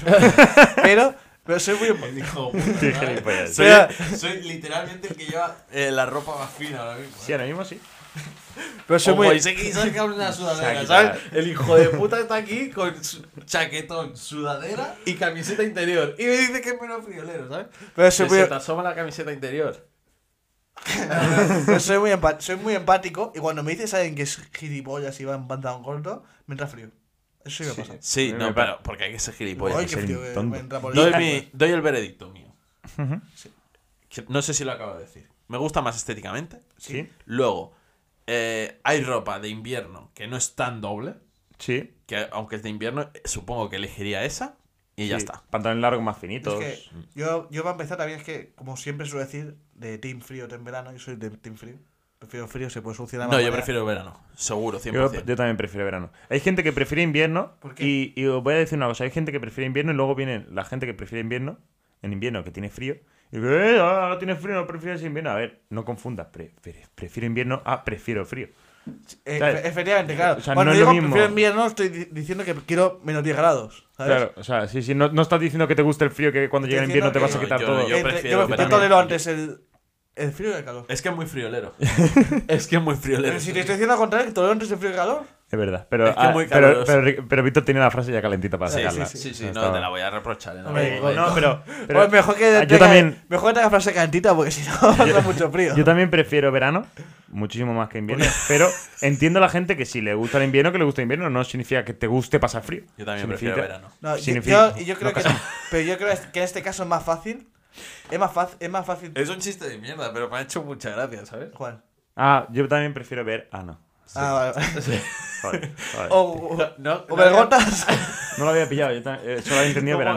Pero soy muy. Sí, gilipollas. Soy literalmente el que lleva la ropa más fina ahora mismo. Sí, ahora mismo sí. Pero soy Ojo, muy. y se quiso sacar una sudadera, Se ¿sabes? El hijo de puta está aquí con chaquetón, sudadera y camiseta interior. Y me dice que es menos friolero, ¿sabes? Pero soy muy. Se te asoma la camiseta interior. Pero soy muy empático. Y cuando me dices alguien que es gilipollas y va en pantalón corto, me entra frío. Eso sí me pasa. Sí, Me no, pa- pero porque hay que ser gilipollas. Ay, qué ser frío un que tonto. me entra por Doy el veredicto mío. Que no sé si lo acabo de decir. Me gusta más estéticamente. Sí, Luego, hay ropa de invierno que no es tan doble. sí. Que aunque es de invierno, supongo que elegiría esa. Y ya Sí. está. Pantalones largos más Es finitos. que yo para empezar también es que, como siempre suelo decir, de team frío, team verano, yo soy de team frío. Prefiero frío, se puede solucionar No, más yo manera. prefiero verano. Seguro, Yo, 100%. yo también prefiero verano. Hay gente que prefiere invierno ¿Por qué? y os voy a decir una cosa. Hay gente que prefiere invierno y luego viene la gente que prefiere invierno, en invierno, que tiene frío. Y dice, ahora tienes frío, no prefieres invierno. A ver, no confundas. Prefiero invierno prefiero frío. ¿Sabes? Efectivamente, claro. O sea, Cuando no es lo digo mismo. prefiero invierno, estoy diciendo que quiero menos 10 grados. ¿sabes? Claro, o sea, sí, no estás diciendo que te guste el frío, que cuando llegue el invierno te diciendo vas a que- quitar no, todo. yo Entre- prefiero yo verano. tolero antes el frío y el calor. Es que es muy friolero. Es que es muy friolero. Pero si te estoy diciendo al contrario, que tolero antes el frío y el calor. Es verdad, pero, Es que es muy pero, caluroso. pero Víctor tiene la frase ya calentita para Sí, sacarla. sí, sí, O sea, no, estaba- te la voy a reprochar. Hombre, No, pero Pues mejor que yo también- mejor que tenga frase cantita porque si no hace mucho frío. Yo también prefiero verano, muchísimo más que invierno, pero entiendo a la gente que si le gusta el invierno, que le gusta el invierno, no significa que te guste pasar frío. Yo también Significa- prefiero verano. No, significa- yo creo no que casi- pero yo creo que en este caso es más fácil. Es más fácil. Es un chiste de mierda, pero me ha hecho mucha gracia, ¿sabes? Juan. Yo también prefiero ver. No. Ah, vale. Joder. O vergotas. No lo había pillado, solo había entendido ¿Cómo verano.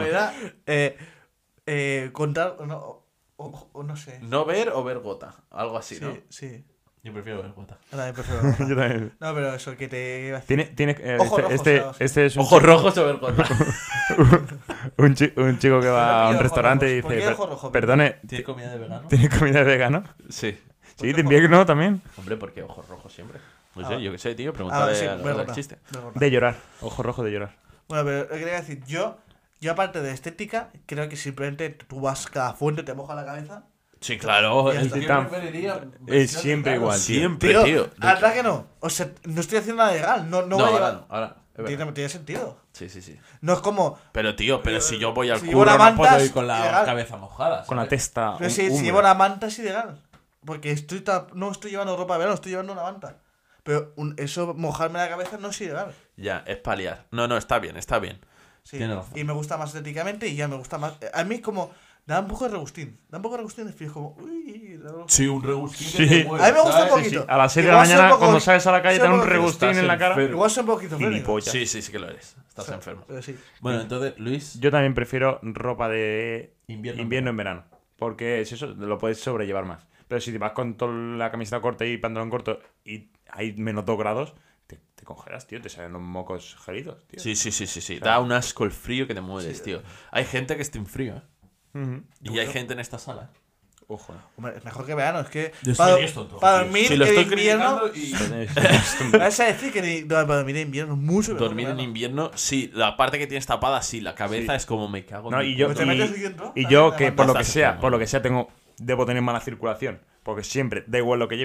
era? Contar. O no sé. No ver o ver gota. Algo así, Sí, ¿no? sí. Yo prefiero ver gota. Yo también prefiero vergotas. Yo también. No, pero eso que te iba a decir. Tiene, Ojos rojos, claro, sí. este es un, Ojos rojos o ver gota. un chico que va a un ojos restaurante y rojos. ¿Por dice: qué ojos rojos? Perdone, ¿Tienes comida de vegano? ¿tiene comida de vegano? Sí. Sí, de invierno también. Hombre, ¿por qué ojos rojos siempre? No Ah. sé, yo qué sé, tío. Pregúntale sí, al vergota, chiste. vergota. De llorar. Ojo rojo de llorar. Bueno, pero lo que quería decir, yo aparte de estética, creo que simplemente tú vas cada fuente, te moja la cabeza. Sí, claro. Ya Es está. que Tan- preferiría es siempre igual, tío. Siempre, tío. La verdad que no. O sea, no estoy haciendo nada legal. No, No, voy a ahora llevar. no. Ahora. es verdad. Tiene sentido. Sí, sí, sí. No es como. Pero, tío, si yo voy al Si llevo curro la no manta, puedo es ir con la ilegal. cabeza mojada. Con la ¿sabes? testa. Pero si húmeda. llevo la manta es ilegal. Porque no estoy llevando ropa de verano, estoy llevando una manta. Pero eso, mojarme la cabeza no es ilegal. Ya, es paliar. No, está bien, está bien. Sí. Tiene razón. Y me gusta más estéticamente y ya me gusta más. A mí, como. Da un poco de regustín. Da un poco de regustín de frío. Es como. Uy, Sí, un regustín. Sí. que te mueve, A mí me gusta ¿sabes? un Sí, sí. poquito. A las 6 de la Igual soy mañana, un poco- cuando sales a la calle, soy te dan un un poco- regustín estás en la cara. enfermo. Igual soy un poquito frío. Gilipollas. Sí que lo eres. Estás enfermo. Pero sí. Bueno, entonces, Luis. Yo también prefiero ropa de Invierno en verano. Porque es eso, lo puedes sobrellevar más. Pero si te vas con toda la camiseta corta y pantalón corto y hay menos 2 grados, te congelas, tío. Te salen los mocos gelidos, tío. Sí. Da un asco el frío que te mueres, tío. Hay gente que está en frío, ¿eh? Ujú. Y hay gente en esta sala. Ojo. Hombre, es mejor que verano. Es que. Yo Para, soy esto, tío. para dormir Si lo en estoy invierno. criticando y... Vas a decir que para dormir en invierno es mucho mejor. Dormir que en verano. invierno, sí. La parte que tienes tapada, sí. La cabeza es como me cago en No, mi y yo, Pues te metes aquí dentro, y yo te que por lo que levantas, sea, estás debo tener mala circulación. Porque siempre, da igual lo que lleve,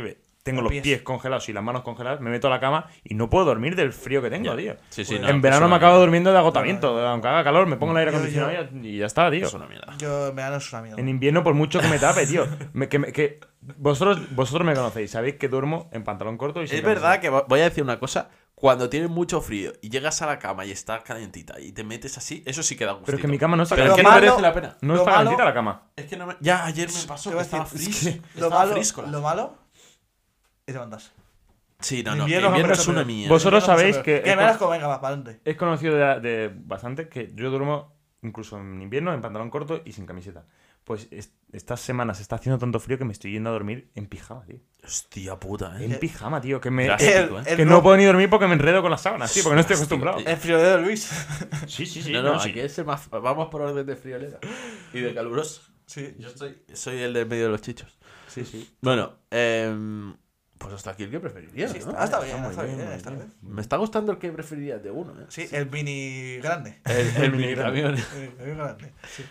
tengo Los los pies. pies congelados y las manos congeladas, me meto a la cama y no puedo dormir del frío que tengo, Ya. tío. Sí, sí, En no, En es verano una me acabo mierda. durmiendo de agotamiento. Aunque haga calor, me pongo el aire Yo- acondicionado y ya está, tío. Es una mierda. Yo en verano es una mierda. En invierno, por mucho que me tape, tío. Vosotros me conocéis, sabéis que duermo en pantalón corto y sin Es verdad camiseta. que voy a decir una cosa. Cuando tienes mucho frío y llegas a la cama y estás calentita y te metes así, eso sí que da gustito. Pero es que mi cama no está Pero es que calentita. no malo- merece la pena. No lo está malo- calentita la cama. Es que no me... Ya, ayer me pasó Te que voy a estaba decir, frío. Lo Estaba malo, fríscola. lo malo es levantarse. Sí, no, En no. invierno Invierno, me es parece una peor. mierda. Vosotros No sé, sabéis pero- que- me das como, venga, va, para adelante. Es conocido de bastante que yo duermo incluso en invierno en pantalón corto y sin camiseta. Pues estas semanas está haciendo tanto frío que me estoy yendo a dormir en pijama, tío. Hostia puta, En pijama, tío. Que me Drástico, que, ¿eh? que no puedo ni dormir porque me enredo con las sábanas, tío, porque no estoy acostumbrado. tío. El frío de Luis. Sí, sí, sí. No, no, sí. aquí es el más... Vamos por orden de friolera. Y de caluroso. Sí. Yo soy el del medio de los chichos. Sí, sí. Bueno, pues hasta aquí el que preferiría, Sí, ¿no? está bien, muy está bien, bien, muy está bien. bien. Me está gustando el que preferirías de uno, ¿eh? Sí, el mini grande. El mini camión. El mini grande. Sí.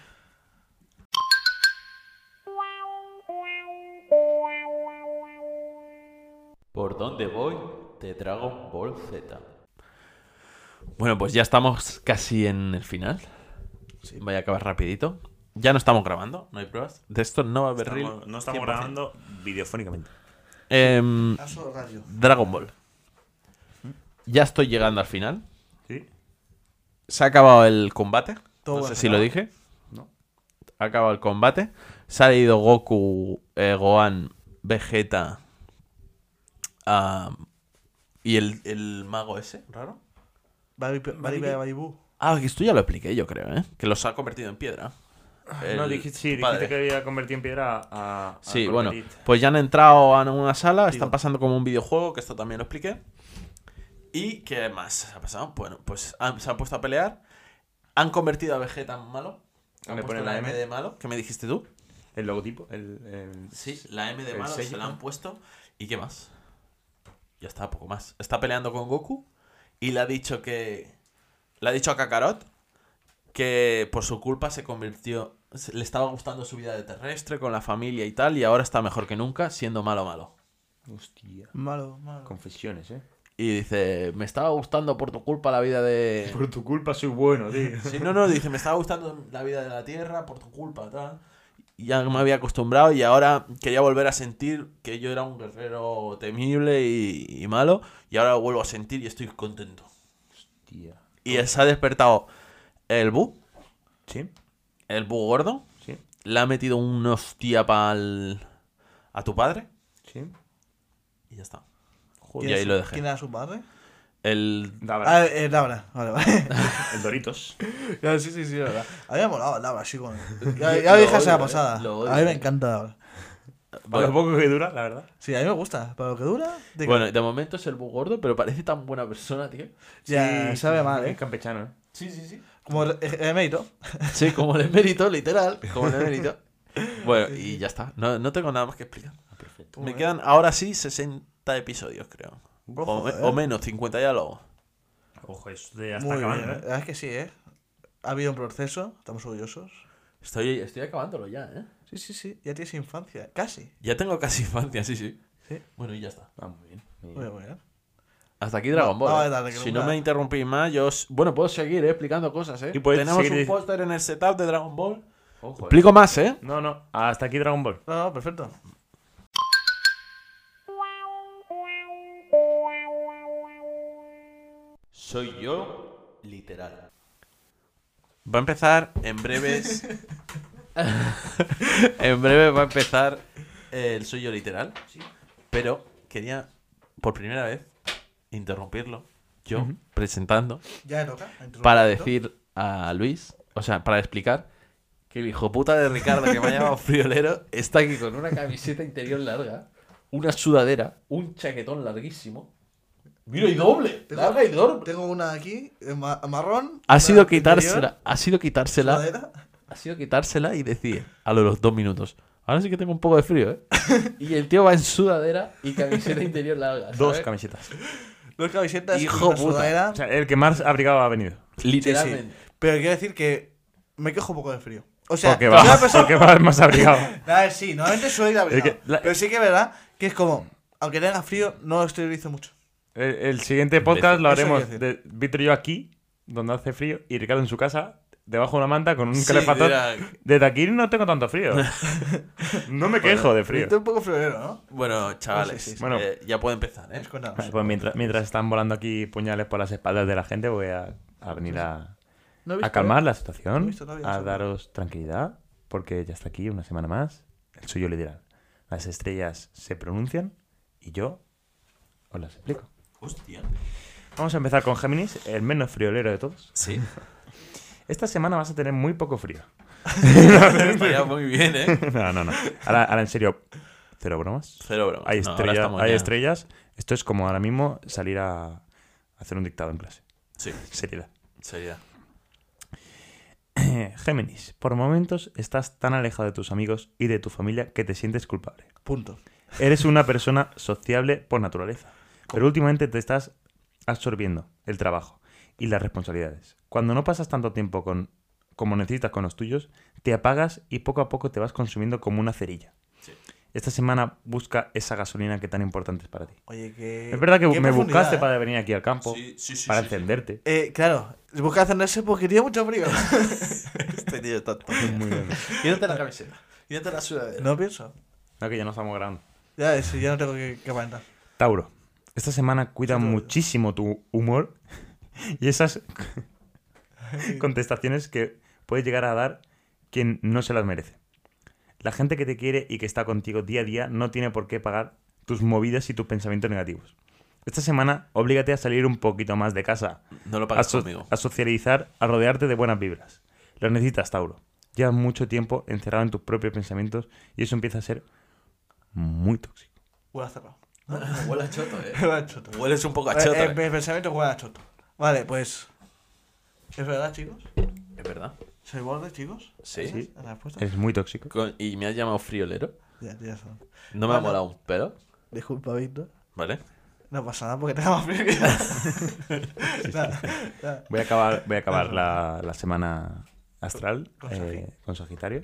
¿Por dónde voy? De Dragon Ball Z. Bueno, pues ya estamos casi en el final. Sí. Voy a acabar rapidito. Ya no estamos grabando, no hay pruebas. De esto no va a haber reel. No estamos 100%. grabando videofónicamente. Caso radio. Dragon Ball. Ya estoy llegando al final. ¿Sí? Se ha acabado el combate. Todo No sé buen si final. lo dije. No. Ha acabado el combate. Se ha ido Goku, Gohan, Vegeta y el mago ese, raro. Baribu. Ah, que esto ya lo expliqué yo creo, ¿eh? Que los ha convertido en piedra. No, El- dijiste tu padre. que había convertido en piedra a Sí, Cortelit. bueno, pues ya han entrado a una sala, Digo. están pasando como un videojuego, que esto también lo expliqué. ¿Y qué más ha pasado? Bueno, pues se han puesto a pelear, han convertido a Vegeta en malo, han Le puesto ponen la la M M. de malo, ¿qué me dijiste tú? El logotipo. Sí, la M de el malo sello, se la han ¿no? puesto. ¿Y qué más? Ya está, poco más. Está peleando con Goku y le ha dicho a Kakarot que por su culpa se convirtió... Le estaba gustando su vida de terrestre con la familia y tal, y ahora está mejor que nunca siendo malo. Hostia. Malo, malo. Confesiones, Y dice, me estaba gustando por tu culpa la vida de... Por tu culpa soy bueno, tío. Sí, no, dice, me estaba gustando la vida de la Tierra por tu culpa, tal. Y ya me había acostumbrado y ahora quería volver a sentir que yo era un guerrero temible y malo. Y ahora lo vuelvo a sentir y estoy contento. Hostia. Y se ha despertado el Bu, ¿Sí? el Bu gordo. ¿Sí? Le ha metido un hostia a tu padre ¿Sí? y ya está. ¿Quién Y ahí es- lo dejé. ¿Quién era su padre? El... Dabra. Dabra. Vale, vale. El Doritos. Sí, verdad. A mí me ha molado Dabra, sí. Ya lo dije la semana pasada. lo odio. A mí me encanta Dabra. Para lo poco que dura, la verdad. Sí, a mí me gusta. Para lo que dura. Bueno, de momento es el Bu gordo, pero parece tan buena persona, tío. Ya, sabe mal, Es campechano, ¿eh? Sí. Como el mérito. Sí, como el emérito, literal. Como el emérito. Bueno, y ya está. No tengo nada más que explicar. Perfecto. Me quedan ahora sí 60 episodios, creo. Ojo, O menos, 50 ya luego. Ojo, eso ya está Muy bien. acabando, La ¿eh? verdad es que sí, ¿eh? Ha habido un proceso. Estamos orgullosos. Estoy acabándolo ya, ¿eh? Sí. Ya tienes infancia. Casi. Ya tengo casi infancia, sí. Sí. Bueno, y ya está. Ah, muy bien. Muy bien. Hasta aquí Dragon Ball. vamos ¿eh? a darle que Si nunca- no me interrumpís más, bueno, puedo seguir explicando cosas, ¿eh? Y puedes Tenemos seguir un póster en el setup de Dragon Ball. Ojo, Explico más, ¿eh? No. Hasta aquí Dragon Ball. No, perfecto. Soy yo, literal. Va a empezar en breves. En breve va a empezar el Soy yo, literal. Pero quería, por primera vez, interrumpirlo. Yo, presentando, Ya le toca. para decir a Luis, o sea, para explicar que el hijo puta de Ricardo, que me ha llamado friolero, está aquí con una camiseta interior larga, una sudadera, un chaquetón larguísimo. Mira, y doble, larga y doble. Tengo una aquí, marrón. Ha una sido interior, quitársela, sudadera. ha sido quitársela y decir a los 2 minutos. Ahora sí que tengo un poco de frío, ¿eh? Y el tío va en sudadera y camiseta interior larga. ¿sabes? 2 camisetas. Dos camisetas y Hijo una puta. sudadera. O sea, el que más abrigado ha venido. Literalmente. Sí. Pero quiero decir que me quejo un poco de frío. O sea, Porque soy una va, persona- porque va más abrigado. A ver, sí, normalmente suelo ir abrigado. Es que la- Pero sí que es verdad que es como... aunque tenga frío, no lo exteriorizo mucho. El siguiente podcast lo Eso haremos quiero de Víctor y yo aquí, donde hace frío, y Ricardo en su casa, debajo de una manta con un Sí, calefactor. dirá- Desde aquí no tengo tanto frío. No me quejo de frío. Estoy un poco friolero, ¿no? Bueno, chavales, Sí, sí, sí. Bueno. ya puede empezar, ¿eh? Es con nada. Vale, pues mientras están volando aquí puñales por las espaldas de la gente, voy a venir No he a visto, calmar ¿eh? la No he situación, visto todavía a eso. daros tranquilidad, porque ya está aquí una semana más, el suyo literal. Las estrellas se pronuncian y yo os las explico. Hostia. Vamos a empezar con Géminis, el menos friolero de todos. Sí. Esta semana vas a tener muy poco frío. Estaría muy bien, ¿eh? No. Ahora en serio, cero bromas. Cero bromas. Hay, No, ahora estamos hay ya- estrellas. Esto es como ahora mismo salir a hacer un dictado en clase. Sí, Seriedad. sería. Géminis, por momentos estás tan alejado de tus amigos y de tu familia que te sientes culpable. Punto. Eres una persona sociable por naturaleza, pero últimamente te estás absorbiendo el trabajo y las responsabilidades. Cuando no pasas tanto tiempo como necesitas con los tuyos, te apagas y poco a poco te vas consumiendo como una cerilla. Sí. Esta semana busca esa gasolina que tan importante es para ti. Oye, que. Es verdad que qué me profundidad, buscaste ¿eh? para venir aquí al campo, Sí, para sí. encenderte. Claro, busca encenderse porque tiene mucho frío. Este tío está tonto. Muy bien. Quítate la camiseta. Quítate la sudadera. No pienso. No, que ya no estamos grabando. Ya, sí, ya no tengo que aparentar. Tauro, esta semana cuida Sí, Tauro. muchísimo tu humor y esas contestaciones que puedes llegar a dar quien no se las merece. La gente que te quiere y que está contigo día a día no tiene por qué pagar tus movidas y tus pensamientos negativos. Esta semana, oblígate a salir un poquito más de casa, No lo a, pagas conmigo. a socializar, a rodearte de buenas vibras. Lo necesitas, Tauro. Llevas mucho tiempo encerrado en tus propios pensamientos y eso empieza a ser muy tóxico. Huele a cerrado. Huele a choto, Huele a choto. Hueles un poco a choto, Mi pensamiento huele a choto. Vale, pues. ¿Es verdad, chicos? Es verdad. ¿Soy borde, chicos? Sí. Sí. ¿En la respuesta? Es muy tóxico. Y me has llamado friolero. Ya son. No me ha Bueno. molado un pelo. Disculpa, Víctor. ¿Vale? No pasa nada porque tenga más frío que yo. Nada. Voy a acabar la semana astral Con Sagi. con Sagitario.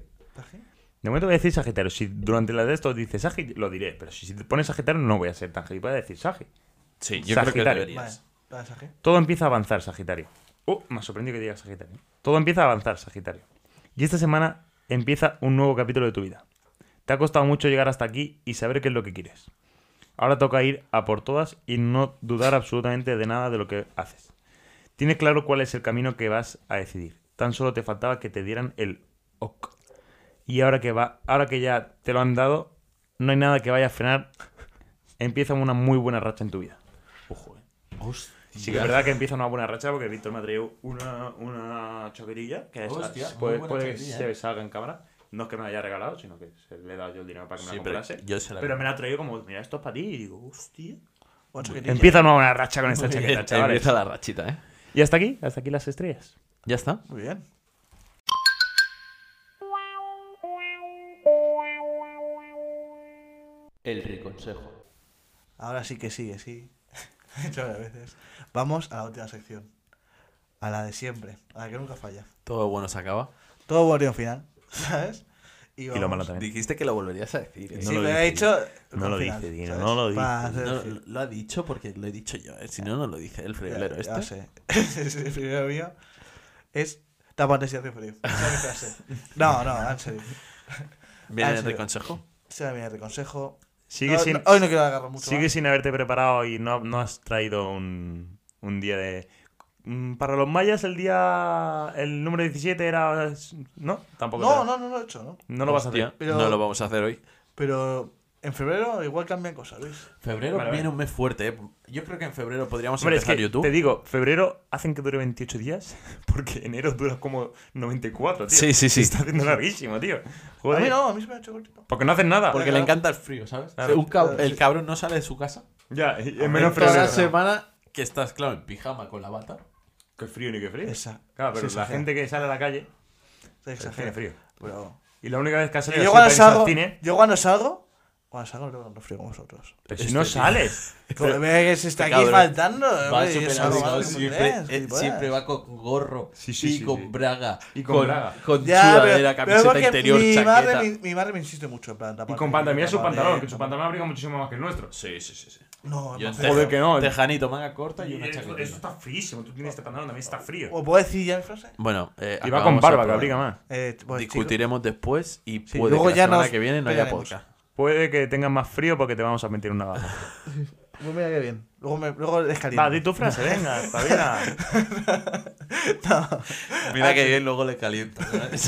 De momento voy a decir Sagitario. Si durante la de esto dices Sagi, lo diré. Pero si te pones Sagitario, no voy a ser tan gilipollas de decir Sagi. Sí, yo Sagitario. creo que Vale, deberías. dale, Sagi. Todo empieza a avanzar, Sagitario. Me ha sorprendido que digas Sagitario. Todo empieza a avanzar, Sagitario. Y esta semana empieza un nuevo capítulo de tu vida. Te ha costado mucho llegar hasta aquí y saber qué es lo que quieres. Ahora toca ir a por todas y no dudar absolutamente de nada de lo que haces. Tienes claro cuál es el camino que vas a decidir. Tan solo te faltaba que te dieran el ok. Y ahora que ya te lo han dado, no hay nada que vaya a frenar. Empieza una muy buena racha en tu vida. Ojo, Sí que es verdad que empieza una buena racha porque Víctor me ha traído una choquerilla que Hostia, muy puede buena que choquerilla, se salga en cámara. No es que me la haya regalado, sino que le he dado yo el dinero para que me Sí, la pero comprase. yo se la Pero me la ha traído como, mira, esto es para ti. Y digo, hostia. Ocho que Empieza una buena racha con esta chaqueta, chavales. Empieza la rachita, ¿eh? Y hasta aquí las estrellas. Ya está. Muy bien. El reconsejo. Ahora sí que sí. He dicho varias veces. Vamos a la última sección. A la de siempre. A la que nunca falla. Todo bueno se acaba. Todo bueno tiene un final. ¿Sabes? Y lo vamos. malo también. Dijiste que lo volverías a decir. ¿eh? No Sí, lo pero he dice, dicho. No con lo final, dice, Dino, ¿sabes? no lo dice. Para hacer No, el fin. lo ha dicho porque lo he dicho yo, ¿eh? Si no, no lo dice el friolero Ya este. sé. El primero mío es tápate si hace frío. Esa es mi frase. No, en serio. Ah, ¿Viene el serio. reconsejo? Ese era mi consejo. Sigue sin, Hoy no quiero agarrar mucho. sigue más. sin haberte preparado y no has traído un día de... Para los mayas el número 17 era... ¿No? Tampoco. No lo he hecho, ¿no? No lo vas a Hostia, hacer. Pero- no lo vamos a hacer hoy. Pero en febrero igual cambian cosas, Luis. Febrero Vale, viene vale. un mes fuerte, ¿eh? Yo creo que en febrero podríamos Hombre, es empezar que YouTube. te digo, febrero hacen que dure 28 días porque enero dura como 94, tío. Sí. Se está haciendo larguísimo, tío. A Joder. mí no, a mí se me ha hecho cortito. Porque no hacen nada. Porque Claro. le encanta el frío, ¿sabes? Claro. El cabrón no sale de su casa. Ya, y en En menos toda la febrero. semana que estás, claro, en pijama con la bata. Qué frío ni qué frío. Esa. Claro, pero se la exagera. gente que sale a la calle Se tiene exagera. frío. Pero... Y la única vez que ha salido Yo así cuando para irse al salgo, cine... yo cuando salgo Cuando salgo luego no frío con vosotros. Pero si no sales. Ve que se está aquí cabrón. faltando. Va hombre, y súper es algo abrigado malo que siempre, crees, gilipollas. siempre va con gorro Sí, sí, y sí, con sí. braga. Y con braga. Con Ya, sudadera, pero camiseta porque interior, mi chaqueta. mi madre me insiste mucho, en plan. Y con pantalón. Mira su pantalón, que su pantalón abriga muchísimo más que el nuestro. Sí, sí, sí. sí. No, Yo no en sé. Joder, que no. Tejanito, manga corta y una Eso chaqueta. está fríísimo. Tú tienes este pantalón, también está frío. ¿O puedo decir ya mi frase? Bueno, Y va con acabamos barba, el que abriga programa. más. Pues, Discutiremos después y Sí, puede luego que la ya semana nos que viene no haya pelearemos. podcast. Puede que tengas más frío porque te vamos a meter una baja. chicos, pues mira qué bien. Luego les caliento. Va, di tu frase, venga, espabila. Mira que bien, luego le calienta.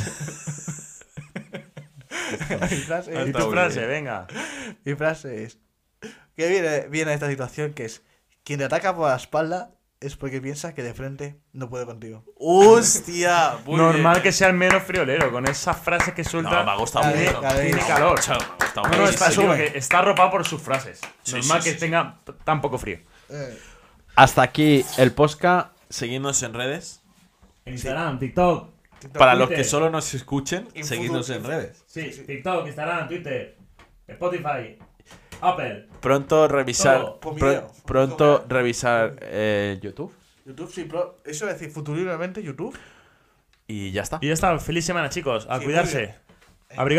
mi frase Di es, tu frase, venga. mi frase es que viene esta situación que es: quien te ataca por la espalda es porque piensa que de frente no puede contigo. ¡Hostia! Muy Normal bien. que sea el menos friolero, con esas frases que suelta. No, me ha gustado Dale, mucho. dale. Tiene calor. Me ha gustado No, no, mucho. está, digo que está arropado por sus frases. Sí, Normal sí, que sí, tenga tan poco frío. Hasta aquí el podcast. Seguidnos en redes. Instagram, TikTok. Para los Twitter. que solo nos escuchen, En seguidnos futuro- en redes. Sí, TikTok, Instagram, Twitter, Spotify, Apple. Pronto revisar, Todo. Por video. pronto revisar YouTube YouTube, sí, eso es decir, futuriblemente YouTube. y ya está. Y ya está, feliz semana, chicos. A Sí, cuidarse. muy bien. Abrigaos.